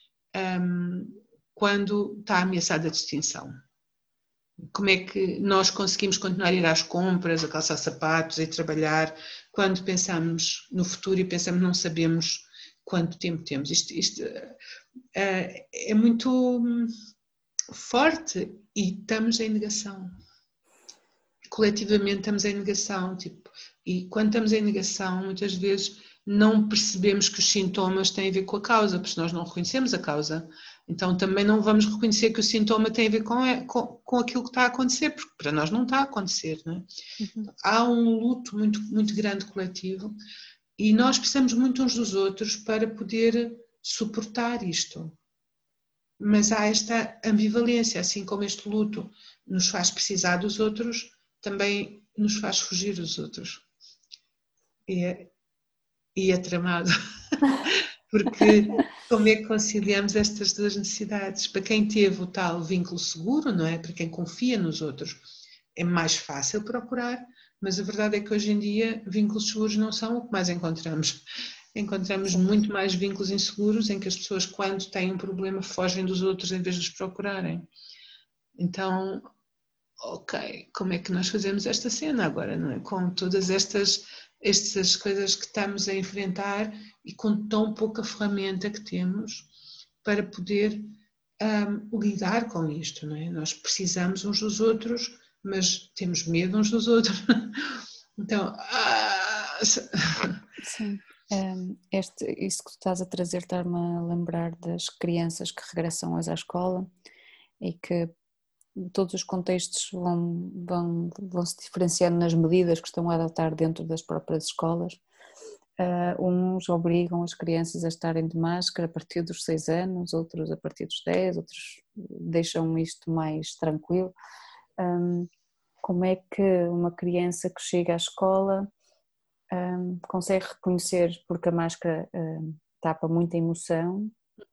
quando está ameaçada de extinção? Como é que nós conseguimos continuar a ir às compras, a calçar sapatos e trabalhar quando pensamos no futuro e pensamos não sabemos quanto tempo temos? Isto é muito forte e estamos em negação. Coletivamente estamos em negação. E quando estamos em negação, muitas vezes não percebemos que os sintomas têm a ver com a causa, porque nós não reconhecemos a causa. Então também não vamos reconhecer que o sintoma tem a ver com aquilo que está a acontecer, porque para nós não está a acontecer, não é? Uhum. Há um luto muito, muito grande coletivo e nós precisamos muito uns dos outros para poder suportar isto. Mas há esta ambivalência, assim como este luto nos faz precisar dos outros, também nos faz fugir dos outros. E é tramado. Porque como é que conciliamos estas duas necessidades? Para quem teve o tal vínculo seguro, não é? Para quem confia nos outros, é mais fácil procurar, mas a verdade é que hoje em dia vínculos seguros não são o que mais encontramos. Encontramos Sim. muito mais vínculos inseguros em que as pessoas, quando têm um problema, fogem dos outros em vez de os procurarem. Então, ok, como é que nós fazemos esta cena agora, não é? Com todas estas coisas que estamos a enfrentar e com tão pouca ferramenta que temos para poder lidar com isto, não é? Nós precisamos uns dos outros, mas temos medo uns dos outros. Então, Sim. Isso que tu estás a trazer está-me a lembrar das crianças que regressam hoje à escola e que todos os contextos vão se diferenciando nas medidas que estão a adotar dentro das próprias escolas. Uns obrigam as crianças a estarem de máscara a partir dos 6 anos, outros a partir dos 10, outros deixam isto mais tranquilo. Como é que uma criança que chega à escola consegue reconhecer, porque a máscara tapa muita emoção,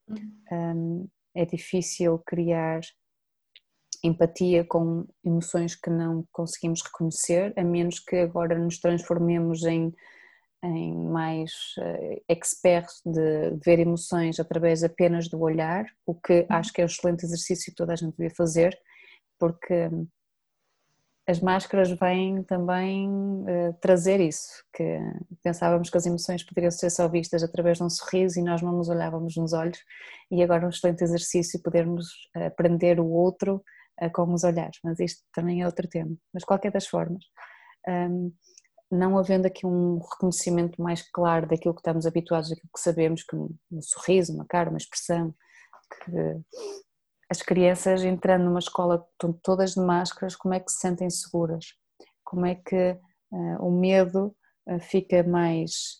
é difícil criar empatia com emoções que não conseguimos reconhecer, a menos que agora nos transformemos em mais expert de ver emoções através apenas do olhar, o que acho que é um excelente exercício que toda a gente devia fazer, porque as máscaras vêm também trazer isso, que pensávamos que as emoções poderiam ser só vistas através de um sorriso e nós não nos olhávamos nos olhos, e agora é um excelente exercício podermos aprender o outro com os olhares, mas isto também é outro tema. Mas de qualquer das formas, não havendo aqui um reconhecimento mais claro daquilo que estamos habituados, daquilo que sabemos, que um sorriso, uma cara, uma expressão, que as crianças entrando numa escola todas de máscaras, como é que se sentem seguras? Como é que o medo fica mais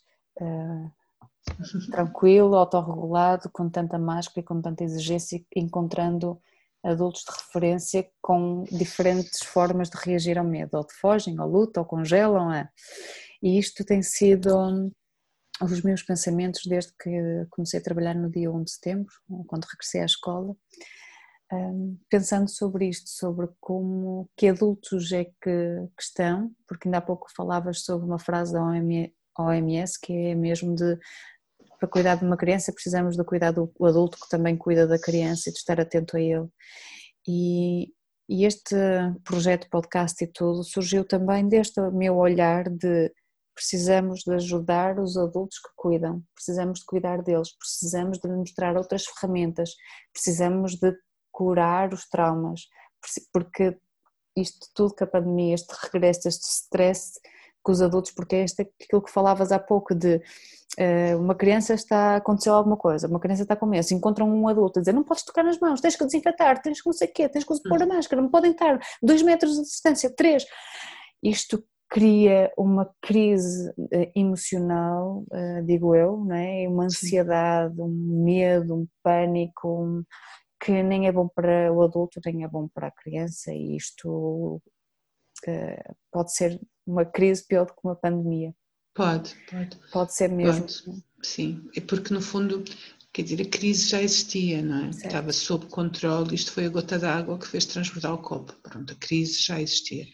tranquilo, autorregulado, com tanta máscara e com tanta exigência, encontrando adultos de referência com diferentes formas de reagir ao medo, ou de fogem, ou lutam, ou congelam. E isto tem sido os meus pensamentos desde que comecei a trabalhar no dia 1 de setembro, quando regressei à escola, pensando sobre isto, sobre que adultos é que estão, porque ainda há pouco falavas sobre uma frase da OMS, que é mesmo para cuidar de uma criança precisamos do cuidado do adulto que também cuida da criança e de estar atento a ele. E este projeto podcast e tudo surgiu também deste meu olhar de precisamos de ajudar os adultos que cuidam, precisamos de cuidar deles, precisamos de mostrar outras ferramentas, precisamos de curar os traumas, porque isto tudo que a pandemia, este regresso, este stress com os adultos, porque é aquilo que falavas há pouco de uma criança aconteceu alguma coisa, uma criança está com medo, se encontram um adulto a dizer não podes tocar nas mãos, tens que desinfetar, tens que não sei o quê, tens que pôr a máscara, não podem estar 2 metros de distância, 3. Isto cria uma crise emocional, digo eu, não é? Uma ansiedade, um medo, um pânico, que nem é bom para o adulto, nem é bom para a criança, e isto pode ser uma crise pior do que uma pandemia. Pode ser mesmo. Pode, sim, é porque no fundo, quer dizer, a crise já existia, não é? Certo. Estava sob controle, isto foi a gota d'água que fez transbordar o copo, pronto, a crise já existia.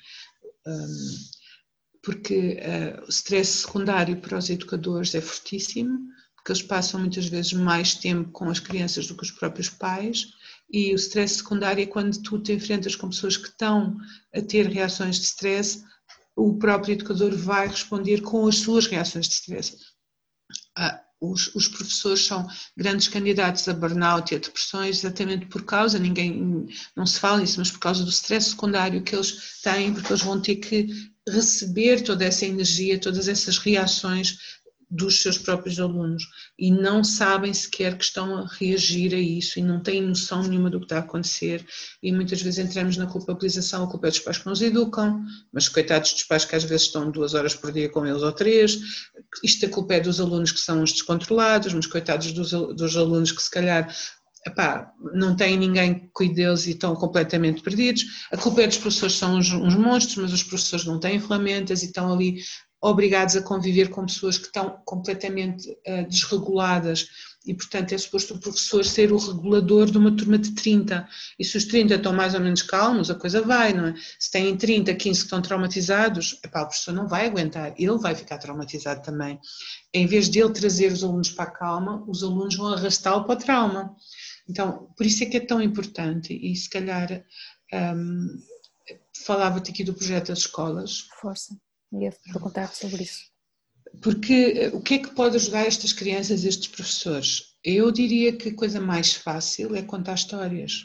Porque o stress secundário para os educadores é fortíssimo, porque eles passam muitas vezes mais tempo com as crianças do que os próprios pais, e o stress secundário é quando tu te enfrentas com pessoas que estão a ter reações de stress, o próprio educador vai responder com as suas reações de stress. Os professores são grandes candidatos a burnout e a depressões exatamente por causa, não se fala nisso, mas por causa do stress secundário que eles têm, porque eles vão ter que receber toda essa energia, todas essas reações dos seus próprios alunos e não sabem sequer que estão a reagir a isso e não têm noção nenhuma do que está a acontecer, e muitas vezes entramos na culpabilização. A culpa é dos pais que nos educam, mas coitados dos pais que às vezes estão 2 horas por dia com eles ou 3, isto a culpa é dos alunos que são os descontrolados, mas coitados dos alunos que se calhar não têm ninguém que cuide deles e estão completamente perdidos. A culpa é dos professores, são uns monstros, mas os professores não têm ferramentas e estão ali obrigados a conviver com pessoas que estão completamente desreguladas, e portanto é suposto o professor ser o regulador de uma turma de 30, e se os 30 estão mais ou menos calmos, a coisa vai, não é? Se têm 30, 15 que estão traumatizados, o professor não vai aguentar, ele vai ficar traumatizado também. Em vez de ele trazer os alunos para a calma, os alunos vão arrastá-lo para o trauma. Então, por isso é que é tão importante, e se calhar falava-te aqui do projeto das escolas. Força, ia perguntar-te sobre isso. Porque o que é que pode ajudar estas crianças, estes professores? Eu diria que a coisa mais fácil é contar histórias.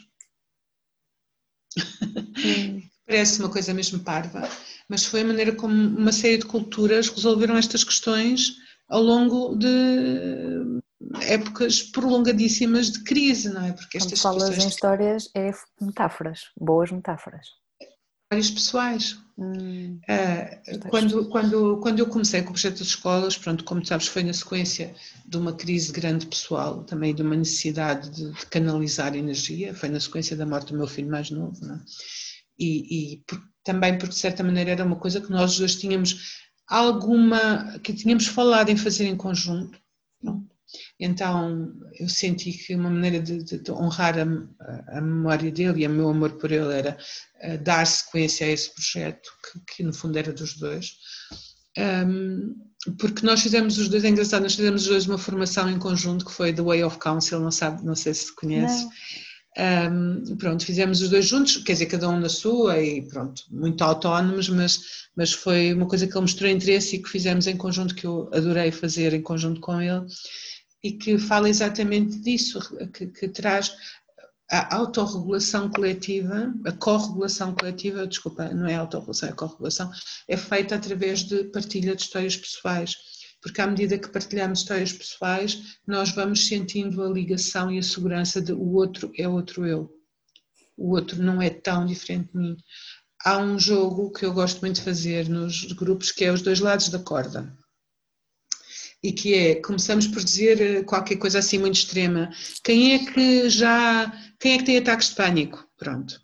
Parece uma coisa mesmo parva, mas foi a maneira como uma série de culturas resolveram estas questões ao longo de épocas prolongadíssimas de crise, não é? Porque quando falas em histórias, é metáforas, boas metáforas. Histórias pessoais. Quando eu comecei com o projeto das escolas, pronto, como sabes, foi na sequência de uma crise grande pessoal, também de uma necessidade de canalizar energia, foi na sequência da morte do meu filho mais novo, não é? Também porque de certa maneira era uma coisa que nós os dois tínhamos que tínhamos falado em fazer em conjunto, não? Então eu senti que uma maneira de honrar a memória dele e o meu amor por ele era dar sequência a esse projeto que no fundo era dos dois, porque nós fizemos os dois, é engraçado, nós fizemos os dois uma formação em conjunto que foi The Way of Counsel, não sei se conheces. Pronto, fizemos os dois juntos, quer dizer, cada um na sua e pronto, muito autónomos, mas foi uma coisa que ele mostrou interesse e que fizemos em conjunto, que eu adorei fazer em conjunto com ele, e que fala exatamente disso, que traz a autorregulação coletiva, a corregulação coletiva, desculpa, não é autorregulação, é corregulação, é feita através de partilha de histórias pessoais, porque à medida que partilhamos histórias pessoais, nós vamos sentindo a ligação e a segurança de o outro é outro eu, o outro não é tão diferente de mim. Há um jogo que eu gosto muito de fazer nos grupos, que é os 2 lados da corda. E que é, começamos por dizer qualquer coisa assim muito extrema. Quem é que tem ataques de pânico? Pronto.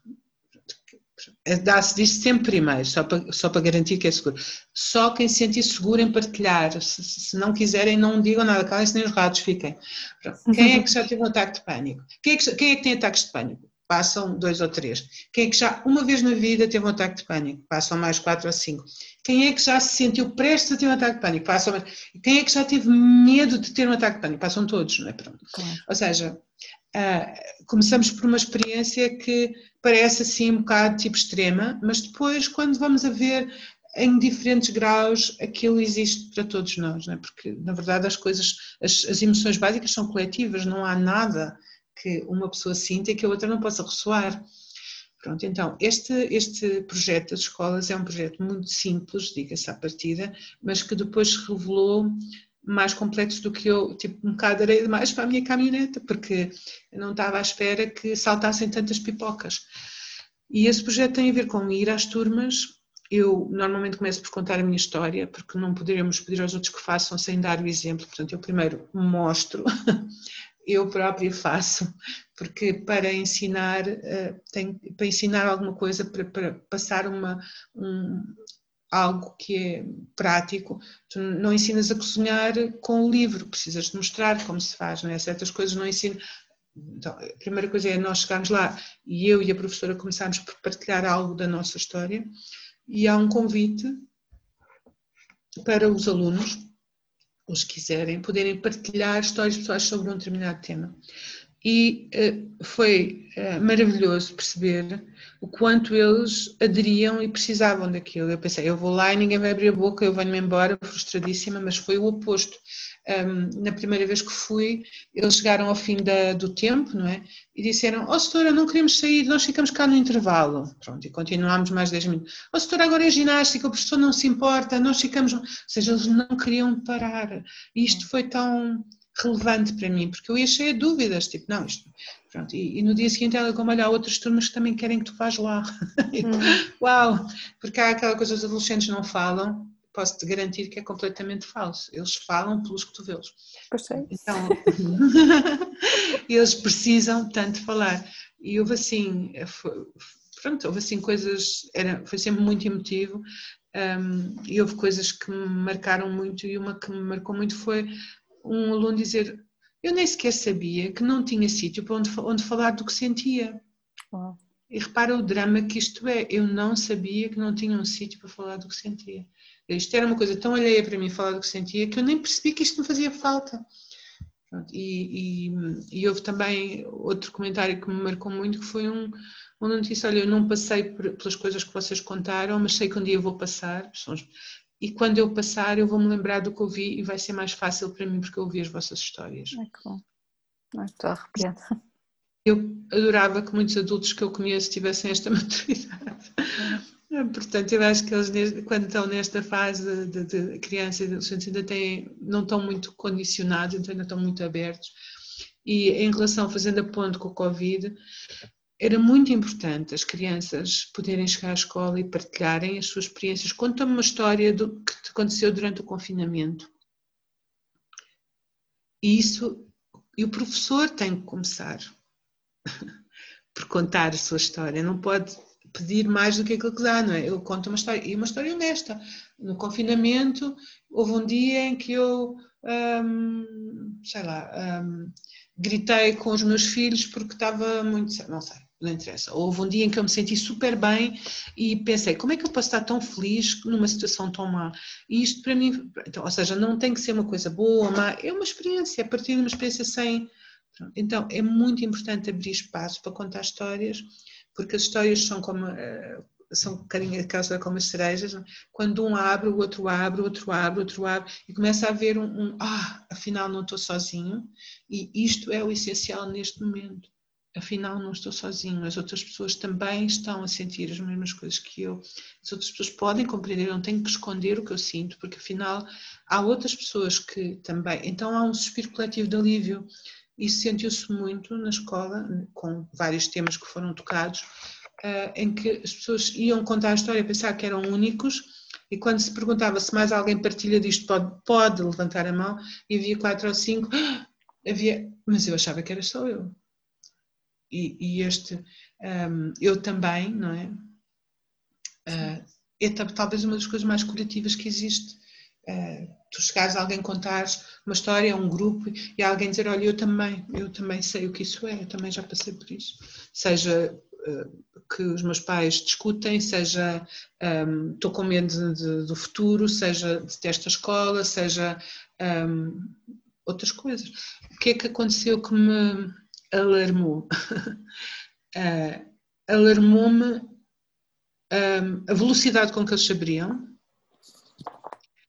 Diz sempre primeiro, só para garantir que é seguro. Só quem se sentir seguro em partilhar. Se não quiserem, não digam nada, calem-se nem os ratos fiquem. Pronto. Quem é que já teve um ataque de pânico? Quem é que tem ataques de pânico? Passam 2 ou 3. Quem é que já uma vez na vida teve um ataque de pânico? Passam mais 4 ou 5. Quem é que já se sentiu prestes a ter um ataque de pânico? Passam mais. Quem é que já teve medo de ter um ataque de pânico? Passam todos, não é? Pronto. Claro. Ou seja, começamos por uma experiência que parece assim um bocado tipo extrema, mas depois quando vamos a ver em diferentes graus, aquilo existe para todos nós, não é? Porque na verdade as coisas, as emoções básicas são coletivas, não há nada que uma pessoa sinta e que a outra não possa ressoar. Pronto, então, este projeto das escolas é um projeto muito simples, diga-se à partida, mas que depois se revelou mais complexo do que eu, tipo, um bocado de areia demais para a minha caminhoneta, porque eu não estava à espera que saltassem tantas pipocas. E esse projeto tem a ver com ir às turmas. Eu normalmente começo por contar a minha história, porque não poderíamos pedir aos outros que façam sem dar o exemplo. Portanto, eu primeiro mostro, eu própria faço, porque para ensinar, para ensinar alguma coisa, para passar algo que é prático, tu não ensinas a cozinhar com o livro, precisas de mostrar como se faz, não é? Certas coisas não ensino. Então, a primeira coisa é nós chegarmos lá e eu e a professora começarmos por partilhar algo da nossa história, e há um convite para os alunos, os que quiserem, poderem partilhar histórias pessoais sobre um determinado tema. E foi maravilhoso perceber o quanto eles aderiam e precisavam daquilo. Eu pensei, eu vou lá e ninguém vai abrir a boca, eu venho-me embora frustradíssima, mas foi o oposto. Na primeira vez que fui, eles chegaram ao fim do tempo, não é? E disseram, setora, não queremos sair, nós ficamos cá no intervalo. Pronto, e continuámos mais 10 minutos. Setora, agora é ginástica, o professor não se importa, nós ficamos... Ou seja, eles não queriam parar. E isto foi tão relevante para mim, porque eu ia cheia de dúvidas, tipo, não, isto... Pronto, e no dia seguinte ela como, olha, há outras turmas que também querem que tu vás lá. Uau! Porque há aquela coisa, os adolescentes não falam, posso-te garantir que é completamente falso. Eles falam pelos cotovelos. Então, eles precisam tanto falar. E houve assim, houve assim coisas, foi sempre muito emotivo, e houve coisas que me marcaram muito, e uma que me marcou muito foi um aluno dizer, eu nem sequer sabia que não tinha sítio para onde falar do que sentia. Uau. E repara o drama que isto é, eu não sabia que não tinha um sítio para falar do que sentia. Isto era uma coisa tão alheia para mim falar do que sentia que eu nem percebi que isto me fazia falta. E houve também outro comentário que me marcou muito, que foi um notícia, olha, eu não passei pelas coisas que vocês contaram, mas sei que um dia eu vou passar, e quando eu passar eu vou-me lembrar do que eu vi e vai ser mais fácil para mim porque eu ouvi as vossas histórias. É que bom. Estou arrepiada. Eu adorava que muitos adultos que eu conheço tivessem esta maturidade. Portanto, eu acho que eles, quando estão nesta fase de criança e adolescentes, não estão muito condicionados, então ainda estão muito abertos. E em relação, fazendo a ponte com o Covid, era muito importante as crianças poderem chegar à escola e partilharem as suas experiências. Conta-me uma história que te aconteceu durante o confinamento. E o professor tem que começar por contar a sua história, não pode pedir mais do que aquilo que dá, não é? Ele conta uma história, e uma história honesta. No confinamento, houve um dia em que eu, gritei com os meus filhos porque estava muito, não sei, não interessa. Houve um dia em que eu me senti super bem e pensei, como é que eu posso estar tão feliz numa situação tão má? E isto para mim, então, ou seja, não tem que ser uma coisa boa ou má, é uma experiência, a partir de uma experiência sem... Então, é muito importante abrir espaço para contar histórias, porque as histórias são um bocadinho a casa como as cerejas, não? Quando um abre, o outro abre, o outro abre, o outro abre, e começa a haver afinal não estou sozinho, e isto é o essencial neste momento. Afinal não estou sozinho, as outras pessoas também estão a sentir as mesmas coisas que eu, as outras pessoas podem compreender, eu não tenho que esconder o que eu sinto, porque afinal há outras pessoas que também, então há um suspiro coletivo de alívio. Isso sentiu-se muito na escola, com vários temas que foram tocados, em que as pessoas iam contar a história e pensar que eram únicos, e quando se perguntava se mais alguém partilha disto, pode levantar a mão, e havia 4 ou 5, mas eu achava que era só eu. E eu também, não é? É talvez uma das coisas mais curativas que existe. Tu chegares a alguém contares uma história a um grupo e alguém dizer, olha, eu também sei o que isso é, eu também já passei por isso. Seja que os meus pais discutem, seja estou com medo do futuro, seja detesto a escola, seja outras coisas. O que é que aconteceu que me alarmou? Alarmou-me a velocidade com que eles se abriam.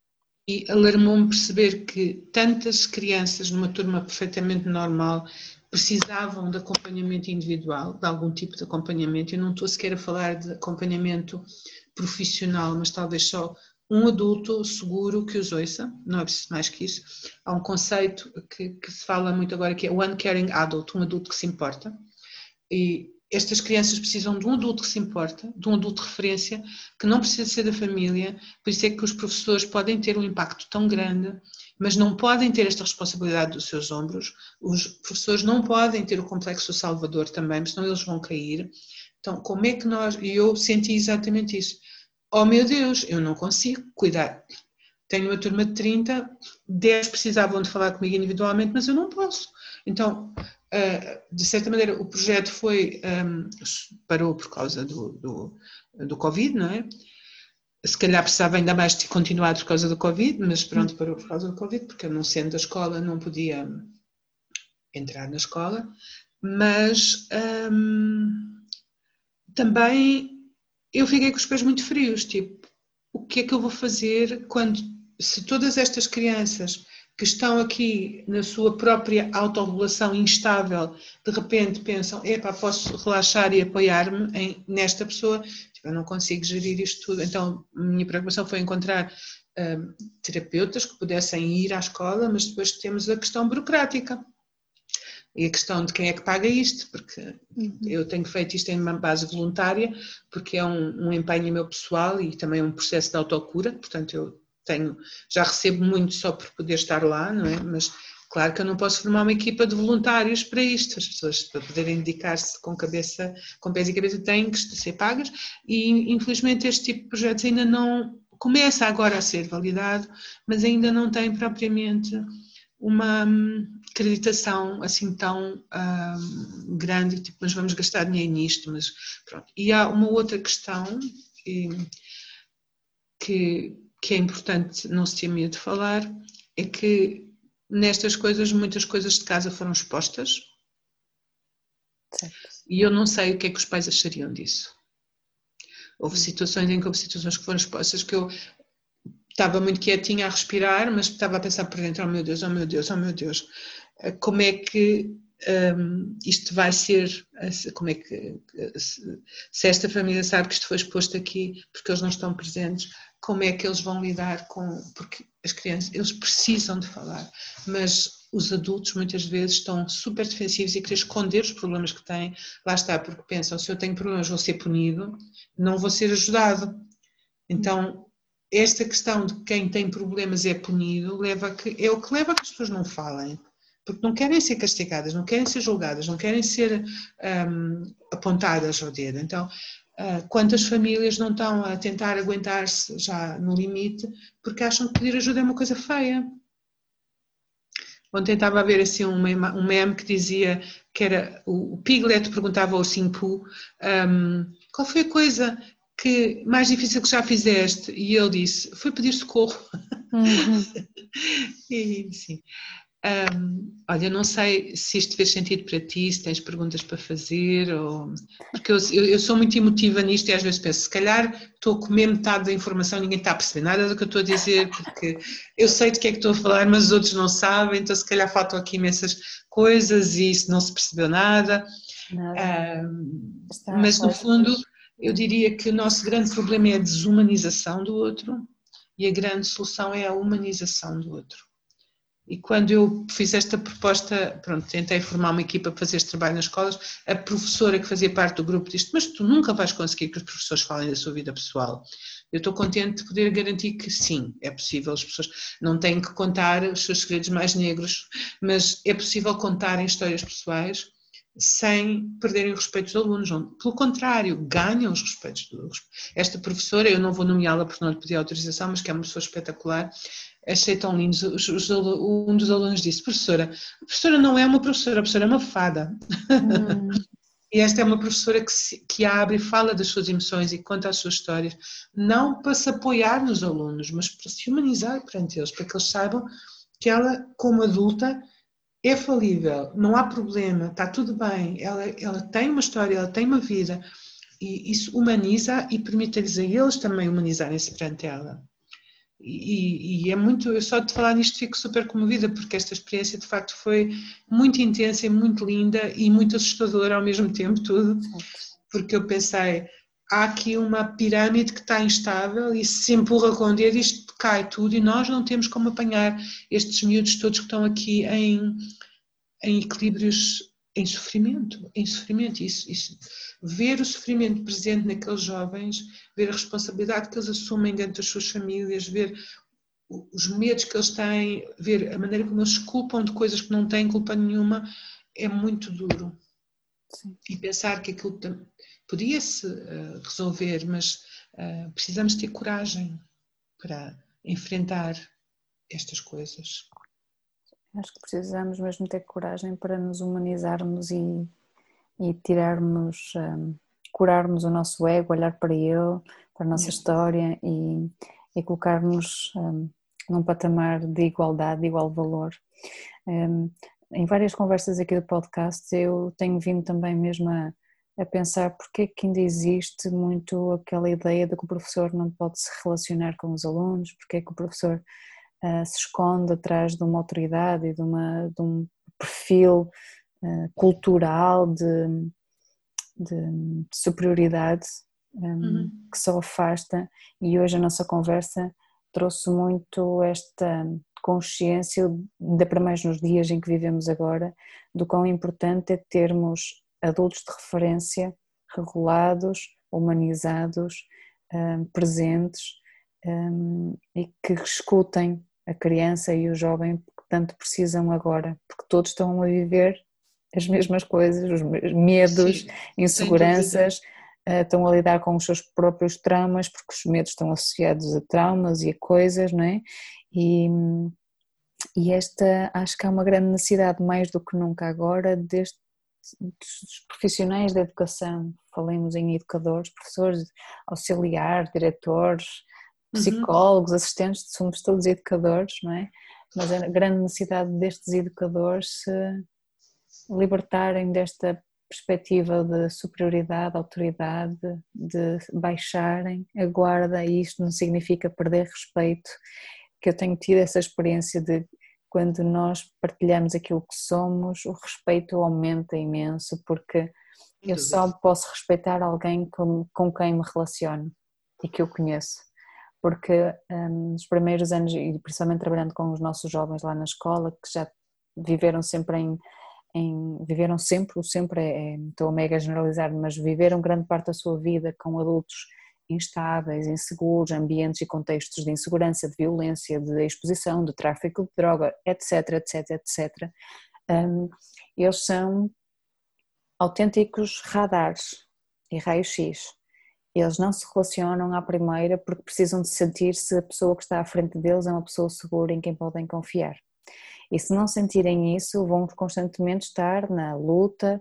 E alarmou-me perceber que tantas crianças numa turma perfeitamente normal precisavam de acompanhamento individual, de algum tipo de acompanhamento. Eu não estou sequer a falar de acompanhamento profissional, mas talvez só um adulto seguro que os ouça, não é preciso mais que isso. Há um conceito que se fala muito agora, que é one caring adult, um adulto que se importa. E estas crianças precisam de um adulto que se importa, de um adulto de referência, que não precisa ser da família, por isso é que os professores podem ter um impacto tão grande, mas não podem ter esta responsabilidade dos seus ombros, os professores não podem ter o complexo do Salvador também, senão eles vão cair. Então, como é que nós... E eu senti exatamente isso. Oh meu Deus, eu não consigo cuidar. Tenho uma turma de 30, 10 precisavam de falar comigo individualmente, mas eu não posso. Então, de certa maneira, o projeto parou por causa do Covid, não é? Se calhar precisava ainda mais de continuar por causa do Covid, mas pronto, parou por causa do Covid, porque eu não sendo da escola não podia entrar na escola. Mas também eu fiquei com os pés muito frios, tipo, o que é que eu vou fazer se todas estas crianças que estão aqui na sua própria autorregulação instável, de repente pensam, posso relaxar e apoiar-me nesta pessoa, tipo, eu não consigo gerir isto tudo. Então, a minha preocupação foi encontrar terapeutas que pudessem ir à escola, mas depois temos a questão burocrática. E a questão de quem é que paga isto, porque eu tenho feito isto em uma base voluntária, porque é um empenho meu pessoal e também é um processo de autocura, portanto eu já recebo muito só por poder estar lá, não é? Mas claro que eu não posso formar uma equipa de voluntários para isto, as pessoas para poderem dedicar-se com pés e cabeça têm que ser pagas e infelizmente este tipo de projetos ainda não começa agora a ser validado, mas ainda não tem propriamente uma acreditação assim tão grande, tipo, nós vamos gastar dinheiro nisto, mas pronto. E há uma outra questão que é importante não se ter medo de falar, é que nestas coisas, muitas coisas de casa foram expostas. Certo. E eu não sei o que é que os pais achariam disso. Houve situações que foram expostas que eu estava muito quietinha a respirar, mas estava a pensar por dentro, oh meu Deus, oh meu Deus, oh meu Deus, como é que isto vai ser, como é que, se esta família sabe que isto foi exposto aqui, porque eles não estão presentes, como é que eles vão lidar porque as crianças, eles precisam de falar, mas os adultos muitas vezes estão super defensivos e querem esconder os problemas que têm, lá está, porque pensam, se eu tenho problemas vou ser punido, não vou ser ajudado. Então, esta questão de quem tem problemas é punido é o que leva a que as pessoas não falem, porque não querem ser castigadas, não querem ser julgadas, não querem ser apontadas ao dedo. Então, quantas famílias não estão a tentar aguentar-se já no limite porque acham que pedir ajuda é uma coisa feia? Ontem estava a ver assim um meme que dizia que era o Piglet perguntava ao Simpu qual foi a coisa mais difícil que já fizeste? E ele disse, foi pedir socorro. E sim. Olha, não sei se isto fez sentido para ti, se tens perguntas para fazer, porque eu sou muito emotiva nisto e às vezes penso, se calhar estou a comer metade da informação, ninguém está a perceber nada do que eu estou a dizer, porque eu sei de que é que estou a falar, mas os outros não sabem, então se calhar faltam aqui imensas coisas e isso não se percebeu nada. Mas no fundo eu diria que o nosso grande problema é a desumanização do outro e a grande solução é a humanização do outro. E quando eu fiz esta proposta, pronto, tentei formar uma equipa para fazer este trabalho nas escolas, a professora que fazia parte do grupo disse, mas tu nunca vais conseguir que os professores falem da sua vida pessoal. Eu estou contente de poder garantir que sim, é possível, as pessoas não têm que contar os seus segredos mais negros, mas é possível contarem histórias pessoais sem perderem o respeito dos alunos. Pelo contrário, ganham os respeitos dos alunos. Esta professora, eu não vou nomeá-la porque não lhe pedi autorização, mas que é uma pessoa espetacular, achei tão lindo, um dos alunos disse, a professora não é uma professora, a professora é uma fada. E esta é uma professora que abre e fala das suas emoções e conta as suas histórias, não para se apoiar nos alunos, mas para se humanizar perante eles, para que eles saibam que ela, como adulta, é falível, não há problema, está tudo bem, ela tem uma história, ela tem uma vida, e isso humaniza e permite-lhes a eles também humanizarem-se perante ela. E é muito, eu só de falar nisto fico super comovida, porque esta experiência de facto foi muito intensa e muito linda e muito assustadora ao mesmo tempo, tudo, porque eu pensei, há aqui uma pirâmide que está instável e se empurra com o dedo isto cai tudo e nós não temos como apanhar estes miúdos todos que estão aqui em equilíbrios, em sofrimento, isso. Ver o sofrimento presente naqueles jovens, ver a responsabilidade que eles assumem dentro das suas famílias, ver os medos que eles têm, ver a maneira como eles se culpam de coisas que não têm culpa nenhuma, é muito duro. Sim. E pensar que aquilo podia-se resolver, mas precisamos ter coragem para enfrentar estas coisas. Acho que precisamos mesmo ter coragem para nos humanizarmos e tirarmos, curarmos o nosso ego, olhar para ele, para a nossa história e colocarmos num patamar de igualdade, de igual valor. Em várias conversas aqui do podcast eu tenho vindo também mesmo a pensar porque é que ainda existe muito aquela ideia de que o professor não pode se relacionar com os alunos, porque é que o professor se esconde atrás de uma autoridade e de um perfil cultural de superioridade que só afasta, e hoje a nossa conversa trouxe muito esta consciência, ainda para mais nos dias em que vivemos agora, do quão importante é termos adultos de referência regulados, humanizados, presentes e que escutem a criança e o jovem que tanto precisam agora, porque todos estão a viver as mesmas coisas, os medos, Sim, inseguranças, estão a lidar com os seus próprios traumas, porque os medos estão associados a traumas e a coisas, não é? E esta, acho que há uma grande necessidade, mais do que nunca agora, dos profissionais da educação, falemos em educadores, professores, auxiliares, diretores, psicólogos, assistentes, somos todos educadores, não é? Mas a grande necessidade destes educadores se libertarem desta perspectiva de superioridade, autoridade, de baixarem a guarda, e isto não significa perder respeito, que eu tenho tido essa experiência de quando nós partilhamos aquilo que somos, o respeito aumenta imenso, porque eu só posso respeitar alguém com quem me relaciono e que eu conheço. Porque nos primeiros anos, e principalmente trabalhando com os nossos jovens lá na escola, que já viveram sempre viveram sempre, o sempre estou a mega generalizar, mas viveram grande parte da sua vida com adultos instáveis, inseguros, ambientes e contextos de insegurança, de violência, de exposição, de tráfico de droga, etc, etc, etc. Eles são autênticos radares e raios-x. Eles não se relacionam à primeira porque precisam de sentir se a pessoa que está à frente deles é uma pessoa segura em quem podem confiar. E se não sentirem isso, vão constantemente estar na luta,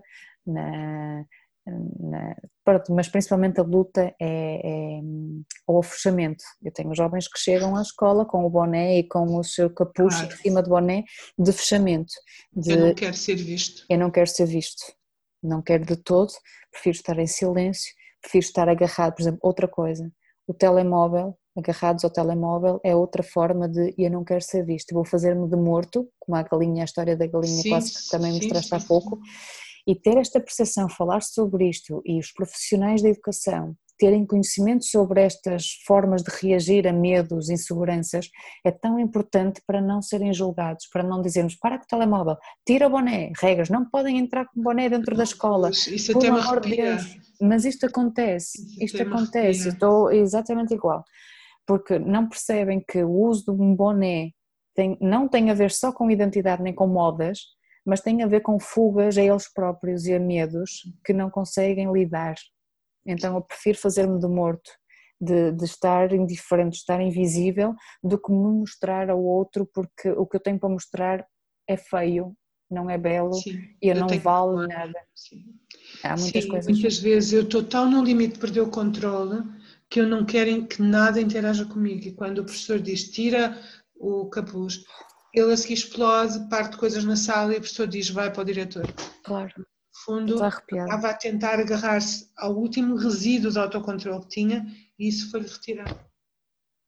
mas principalmente a luta ou o fechamento. Eu tenho jovens que chegam à escola com o boné e com o seu capuz em cima do boné de fechamento. Eu não quero ser visto. Eu não quero ser visto, não quero de todo, prefiro estar em silêncio, prefiro estar agarrado, por exemplo, outra coisa, o telemóvel, agarrados ao telemóvel é outra forma de eu não quero ser visto, vou fazer-me de morto, como a galinha, a história da galinha quase que também mostraste há pouco, e ter esta percepção, falar sobre isto e os profissionais da educação terem conhecimento sobre estas formas de reagir a medos, inseguranças, é tão importante para não serem julgados, para não dizermos para com o telemóvel, tira o boné, regras, não podem entrar com o boné dentro da escola, isso por até me amor de arrepia. Deus, mas isto acontece, estou exatamente igual, porque não percebem que o uso de um boné não tem a ver só com identidade nem com modas, mas tem a ver com fugas a eles próprios e a medos que não conseguem lidar. Então eu prefiro fazer-me de morto, de estar indiferente, de estar invisível, do que me mostrar ao outro, porque o que eu tenho para mostrar é feio, não é belo, e eu não valo nada. Sim. Há muitas coisas. Muitas vezes eu estou tão no limite de perder o controle que eu não quero que nada interaja comigo, e quando o professor diz tira o capuz, ele a seguir explode, parte coisas na sala e o professor diz vai para o diretor. Claro. No fundo, estava a tentar agarrar-se ao último resíduo de autocontrole que tinha e isso foi-lhe retirado.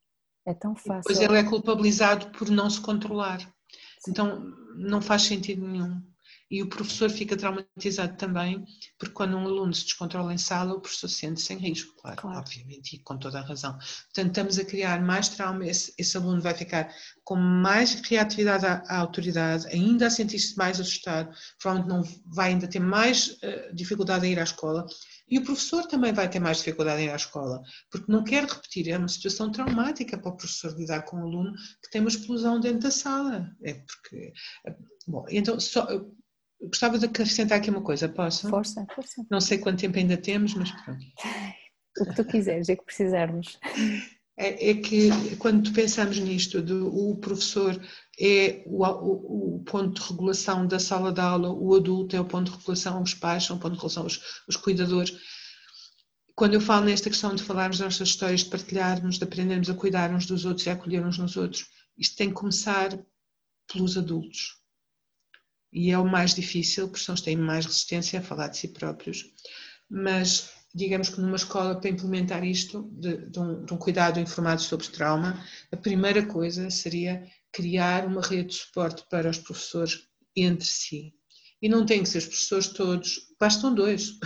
É tão Depois fácil. ele é culpabilizado por não se controlar. Então não faz sentido nenhum. E o professor fica traumatizado também, porque quando um aluno se descontrola em sala, o professor sente-se em risco, claro, obviamente, e com toda a razão. Portanto, estamos a criar mais trauma, esse aluno vai ficar com mais reatividade à autoridade, ainda a sentir-se mais assustado, provavelmente não vai ainda ter mais dificuldade em ir à escola, e o professor também vai ter mais dificuldade em ir à escola, porque não quer repetir, é uma situação traumática para o professor lidar com um aluno que tem uma explosão dentro da sala. É porque... Bom, então, gostava de acrescentar aqui uma coisa, posso? Força, força. Não sei quanto tempo ainda temos, mas pronto. O que tu quiseres, é que precisarmos. É que quando pensamos nisto, o professor é o ponto de regulação da sala de aula, o adulto é o ponto de regulação, os pais são o ponto de regulação, os cuidadores. Quando eu falo nesta questão de falarmos das nossas histórias, de partilharmos, de aprendermos a cuidar uns dos outros e a acolher uns nos outros, isto tem que começar pelos adultos. E é o mais difícil, porque eles têm mais resistência a falar de si próprios. Mas, digamos que numa escola, para implementar isto, de um cuidado informado sobre trauma, a primeira coisa seria criar uma rede de suporte para os professores entre si. E não tem que ser os professores todos, bastam 2.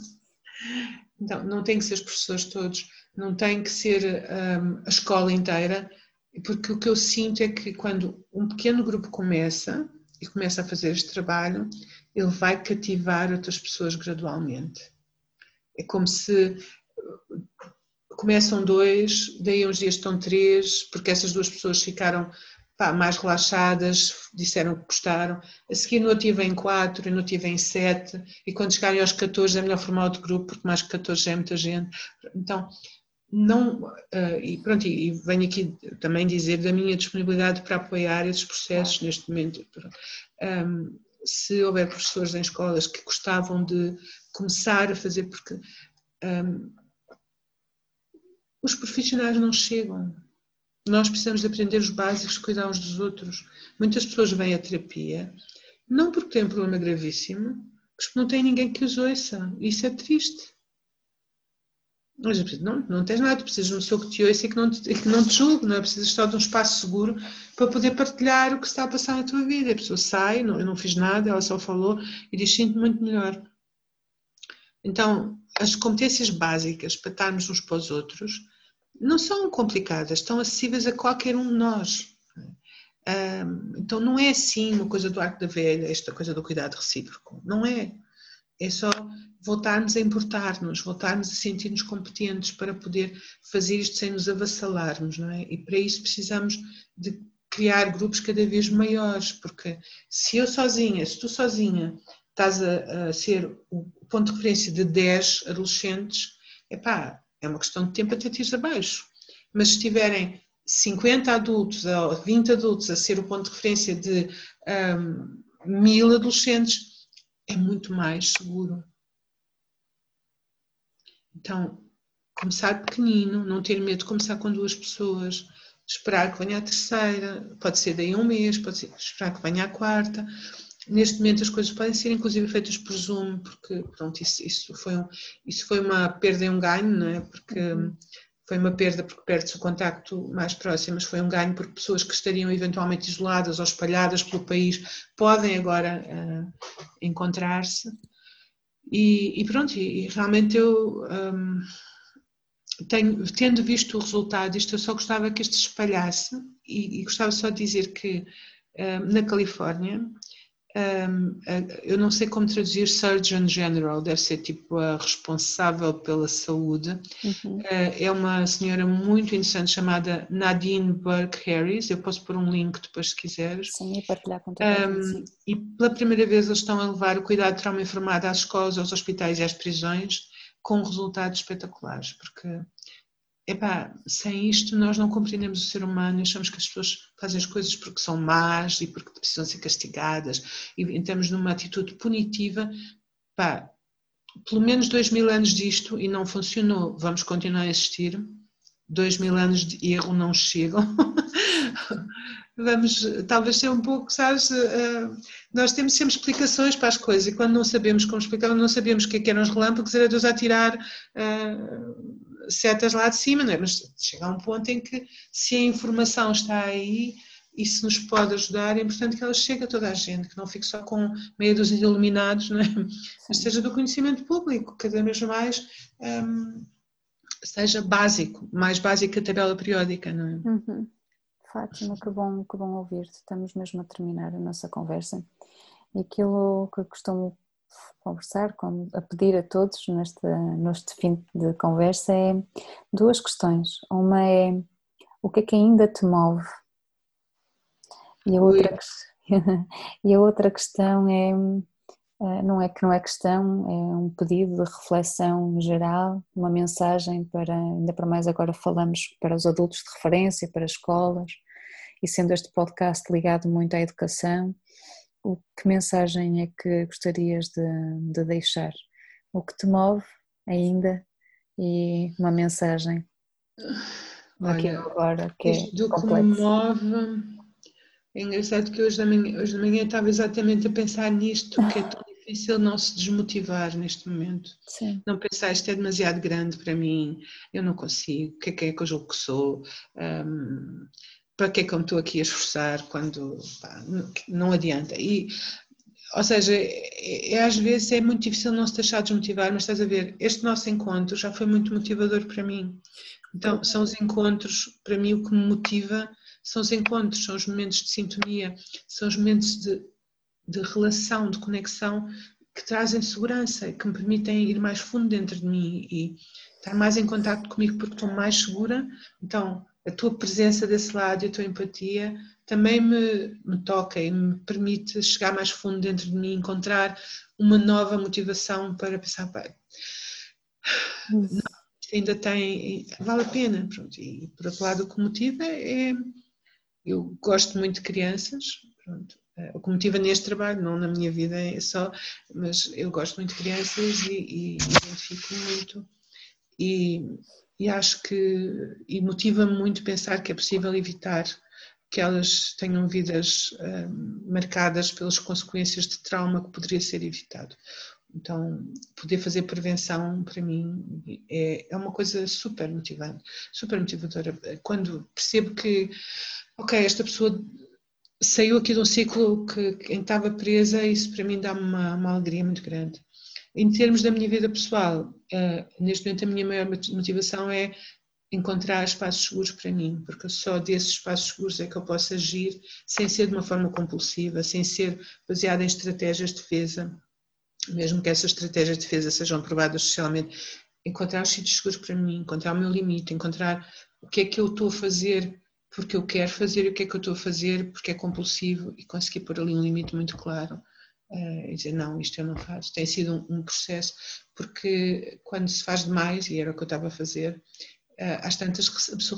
Então, não tem que ser os professores todos, não tem que ser a escola inteira, porque o que eu sinto é que quando um pequeno grupo começa e começa a fazer este trabalho, ele vai cativar outras pessoas gradualmente. É como se começam 2, daí uns dias estão 3, porque essas 2 pessoas ficaram mais relaxadas, disseram que gostaram. A seguir no outro vem 4, no outro vem 7, e quando chegarem aos 14 é melhor formar outro grupo, porque mais que 14 já é muita gente. Então, não, e pronto, e venho aqui também dizer da minha disponibilidade para apoiar esses processos neste momento. Se houver professores em escolas que gostavam de começar a fazer, porque os profissionais não chegam. Nós precisamos de aprender os básicos de cuidar uns dos outros. Muitas pessoas vêm à terapia, não porque têm um problema gravíssimo, mas porque não têm ninguém que os ouça. Isso é triste. Mas não tens nada, precisas de uma pessoa que te ouça e que não te julgue, não é? Precisas só de um espaço seguro para poder partilhar o que está a passar na tua vida. A pessoa sai, eu não fiz nada, ela só falou e diz: sinto muito melhor. Então, as competências básicas para estarmos uns para os outros não são complicadas, estão acessíveis a qualquer um de nós. Então não é assim uma coisa do arco da velha, esta coisa do cuidado recíproco. Não é. É só voltarmos a importar-nos, voltarmos a sentir-nos competentes para poder fazer isto sem nos avassalarmos, não é? E para isso precisamos de criar grupos cada vez maiores, porque se tu sozinha estás a ser o ponto de referência de 10 adolescentes, é uma questão de tempo até te ires abaixo. Mas se tiverem 50 adultos ou 20 adultos a ser o ponto de referência de 1000 adolescentes, é muito mais seguro. Então, começar pequenino, não ter medo de começar com 2 pessoas, esperar que venha a terceira, pode ser daí 1 mês, pode ser esperar que venha a quarta. Neste momento as coisas podem ser inclusive feitas por Zoom, porque pronto, isso foi uma perda e um ganho, não é? Porque foi uma perda porque perde-se o contacto mais próximo, mas foi um ganho porque pessoas que estariam eventualmente isoladas ou espalhadas pelo país podem agora encontrar-se. E pronto, e realmente eu tendo visto o resultado, eu só gostava que isto se espalhasse e gostava só de dizer que na Califórnia, eu não sei como traduzir Surgeon General, deve ser tipo a responsável pela saúde. É uma senhora muito interessante chamada Nadine Burke Harris, eu posso pôr um link depois se quiseres. Sim, e partilhar com toda a gente. E pela primeira vez eles estão a levar o cuidado de trauma informado às escolas, aos hospitais e às prisões com resultados espetaculares, porque sem isto nós não compreendemos o ser humano e achamos que as pessoas fazem as coisas porque são más e porque precisam ser castigadas e entramos numa atitude punitiva. Pelo menos 2000 anos disto e não funcionou, vamos continuar a existir, 2000 anos de erro não chegam. Vamos talvez ser um pouco, sabes, nós temos sempre explicações para as coisas e quando não sabemos como explicar, não sabemos o que eram os relâmpagos, era Deus a tirar setas lá de cima, não é? Mas chega a um ponto em que, se a informação está aí e se nos pode ajudar, é importante que ela chegue a toda a gente, que não fique só com meia dúzia de iluminados, não é? Mas seja do conhecimento público, cada vez mais seja básico, mais básico que a tabela periódica, não é? Uhum. Fátima, que bom ouvir-te. Estamos mesmo a terminar a nossa conversa. E aquilo que eu costumo conversar, a pedir a todos neste fim de conversa é duas questões. Uma é o que ainda te move? E a outra questão é, não é questão, é um pedido de reflexão geral, uma mensagem ainda para mais agora falamos para os adultos de referência, para escolas, e sendo este podcast ligado muito à educação, que mensagem é que gostarias de deixar? O que te move ainda e uma mensagem aqui agora que isto do que me complexo. move, é engraçado que hoje de manhã estava exatamente a pensar nisto, que é tão difícil não se desmotivar neste momento. Sim. Não pensar, isto é demasiado grande para mim, eu não consigo, o que é que eu julgo que sou? Para que é que eu me estou aqui a esforçar quando não adianta? Ou seja, às vezes é muito difícil não se deixar desmotivar, mas estás a ver, este nosso encontro já foi muito motivador para mim. Então, são os encontros, para mim o que me motiva são os encontros, são os momentos de sintonia, são os momentos de relação, de conexão que trazem segurança, que me permitem ir mais fundo dentro de mim e estar mais em contato comigo porque estou mais segura. Então, a tua presença desse lado e a tua empatia também me toca e me permite chegar mais fundo dentro de mim, encontrar uma nova motivação para pensar, ainda vale a pena. Pronto. E por outro lado, o que motiva eu gosto muito de crianças, pronto. O que motiva neste trabalho, não na minha vida só, mas eu gosto muito de crianças e identifico muito e acho que motiva-me muito pensar que é possível evitar que elas tenham vidas marcadas pelas consequências de trauma que poderia ser evitado. Então, poder fazer prevenção, para mim, é uma coisa super motivante, super motivadora. Quando percebo que, ok, esta pessoa saiu aqui de um ciclo em que estava presa, isso para mim dá-me uma alegria muito grande. Em termos da minha vida pessoal, neste momento a minha maior motivação é encontrar espaços seguros para mim, porque só desses espaços seguros é que eu posso agir sem ser de uma forma compulsiva, sem ser baseada em estratégias de defesa, mesmo que essas estratégias de defesa sejam provadas socialmente, encontrar os sítios seguros para mim, encontrar o meu limite, encontrar o que é que eu estou a fazer porque eu quero fazer e o que é que eu estou a fazer porque é compulsivo e conseguir pôr ali um limite muito claro e dizer não, isto eu não faço. Tem sido um processo, porque quando se faz demais, e era o que eu estava a fazer, às tantas a pessoa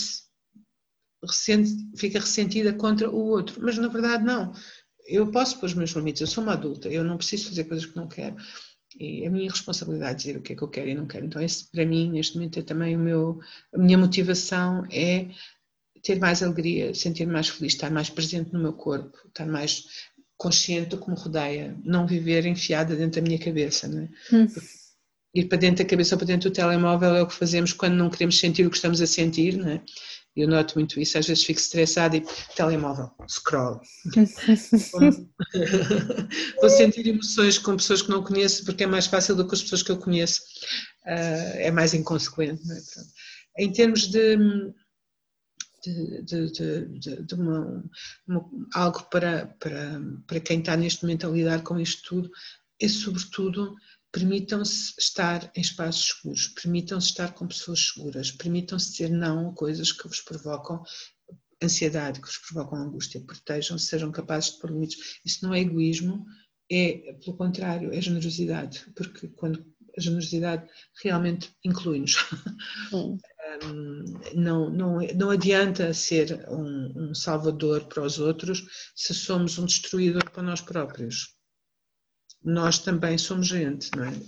fica ressentida contra o outro, mas na verdade não. Eu posso pôr os meus limites, eu sou uma adulta, eu não preciso fazer coisas que não quero. E a minha responsabilidade de dizer o que é que eu quero e não quero. Então, esse para mim, neste momento, é também a minha motivação é ter mais alegria, sentir-me mais feliz, estar mais presente no meu corpo, estar mais consciente do que me rodeia, não viver enfiada dentro da minha cabeça, não é? Ir para dentro da cabeça ou para dentro do telemóvel é o que fazemos quando não queremos sentir o que estamos a sentir, não é? Eu noto muito isso, às vezes fico estressada e telemóvel, scroll. Vou sentir emoções com pessoas que não conheço porque é mais fácil do que as pessoas que eu conheço, é mais inconsequente, não é? Em termos de algo para quem está neste momento a lidar com isto tudo, é sobretudo permitam-se estar em espaços seguros, permitam-se estar com pessoas seguras, permitam-se dizer não a coisas que vos provocam ansiedade, que vos provocam angústia, protejam-se, sejam capazes de pôr limites. Isso não é egoísmo, é, pelo contrário, é generosidade, porque quando a generosidade realmente inclui-nos. Não adianta ser um salvador para os outros se somos um destruidor para nós próprios. Nós também somos gente, não é?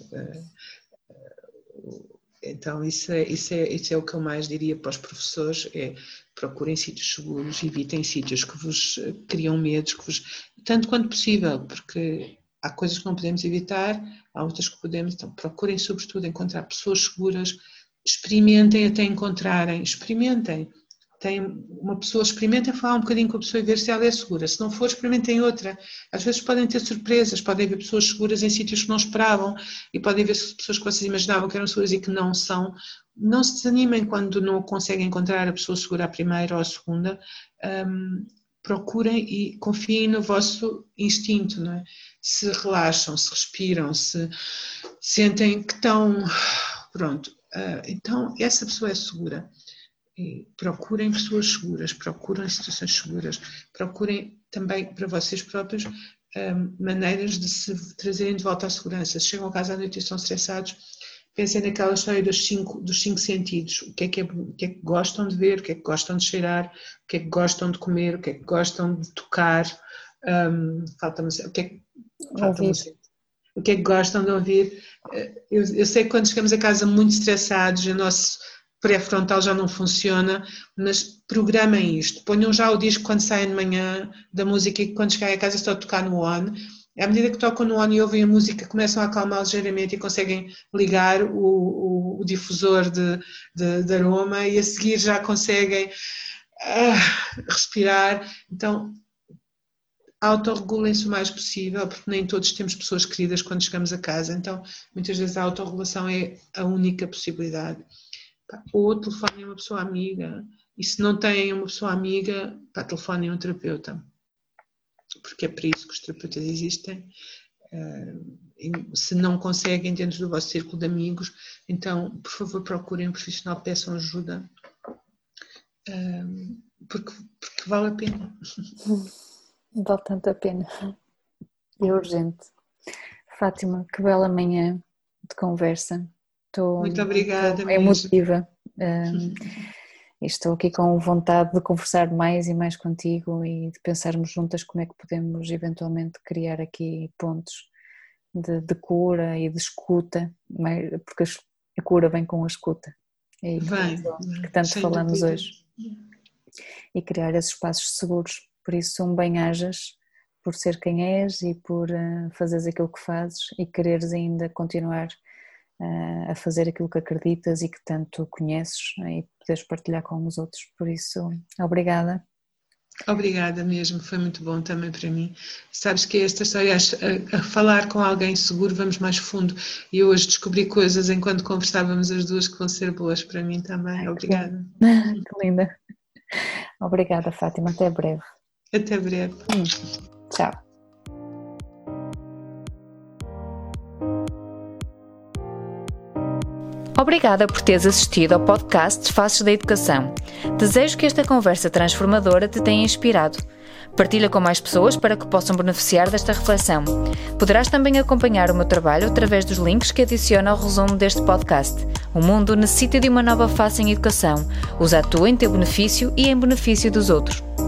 Então isso é o que eu mais diria para os professores, é procurem sítios seguros, evitem sítios que vos criam medos, tanto quanto possível, porque há coisas que não podemos evitar, há outras que podemos, então procurem sobretudo encontrar pessoas seguras, experimentem até encontrarem, experimentem. Uma pessoa experimenta falar um bocadinho com a pessoa e ver se ela é segura. Se não for, experimentem outra. Às vezes podem ter surpresas, podem haver pessoas seguras em sítios que não esperavam e podem haver pessoas que vocês imaginavam que eram seguras e que não são. Não se desanimem quando não conseguem encontrar a pessoa segura à primeira ou à segunda. Procurem e confiem no vosso instinto, não é? Se relaxam, se respiram, se sentem que estão... Pronto, então essa pessoa é segura. E procurem pessoas seguras, procurem situações seguras, procurem também para vocês próprios maneiras de se trazerem de volta à segurança. Se chegam a casa à noite e estão estressados, pensem naquela história dos cinco sentidos. O que é que gostam de ver, o que é que gostam de cheirar, o que é que gostam de comer, o que é que gostam de tocar, o que é que gostam de ouvir. Eu sei que quando chegamos a casa muito estressados, o nosso pré-frontal já não funciona, mas programem isto, ponham já o disco quando saem de manhã da música e quando chegarem a casa estão a tocar no on. À medida que tocam no on e ouvem a música, começam a acalmar ligeiramente e conseguem ligar o difusor de aroma e a seguir já conseguem respirar. Então, autorregulem-se o mais possível, porque nem todos temos pessoas queridas quando chegamos a casa, então muitas vezes a autorregulação é a única possibilidade. Ou telefonem uma pessoa amiga, e se não têm uma pessoa amiga, telefonem um terapeuta, porque é para isso que os terapeutas existem. Se não conseguem dentro do vosso círculo de amigos, então por favor procurem um profissional, peçam ajuda, porque vale a pena. Vale tanto a pena, é urgente. Fátima, que bela manhã de conversa. Muito obrigada. Estou emotiva. Estou aqui com vontade de conversar mais e mais contigo e de pensarmos juntas como é que podemos eventualmente criar aqui pontos de cura e de escuta, porque a cura vem com a escuta, que tanto falamos hoje, e criar esses espaços seguros. Por isso, bem-ajas por ser quem és e por fazeres aquilo que fazes e quereres ainda continuar a fazer aquilo que acreditas e que tanto conheces e poderes partilhar com os outros. Por isso, obrigada. Obrigada mesmo, foi muito bom também para mim. Sabes que esta história, a falar com alguém seguro, vamos mais fundo, e hoje descobri coisas enquanto conversávamos as duas que vão ser boas para mim também. Obrigada. Que linda. Obrigada, Fátima, até breve. Até breve. Tchau. Obrigada por teres assistido ao podcast Faces da Educação. Desejo que esta conversa transformadora te tenha inspirado. Partilha com mais pessoas para que possam beneficiar desta reflexão. Poderás também acompanhar o meu trabalho através dos links que adiciono ao resumo deste podcast. O mundo necessita de uma nova face em educação. Usa a tua em teu benefício e em benefício dos outros.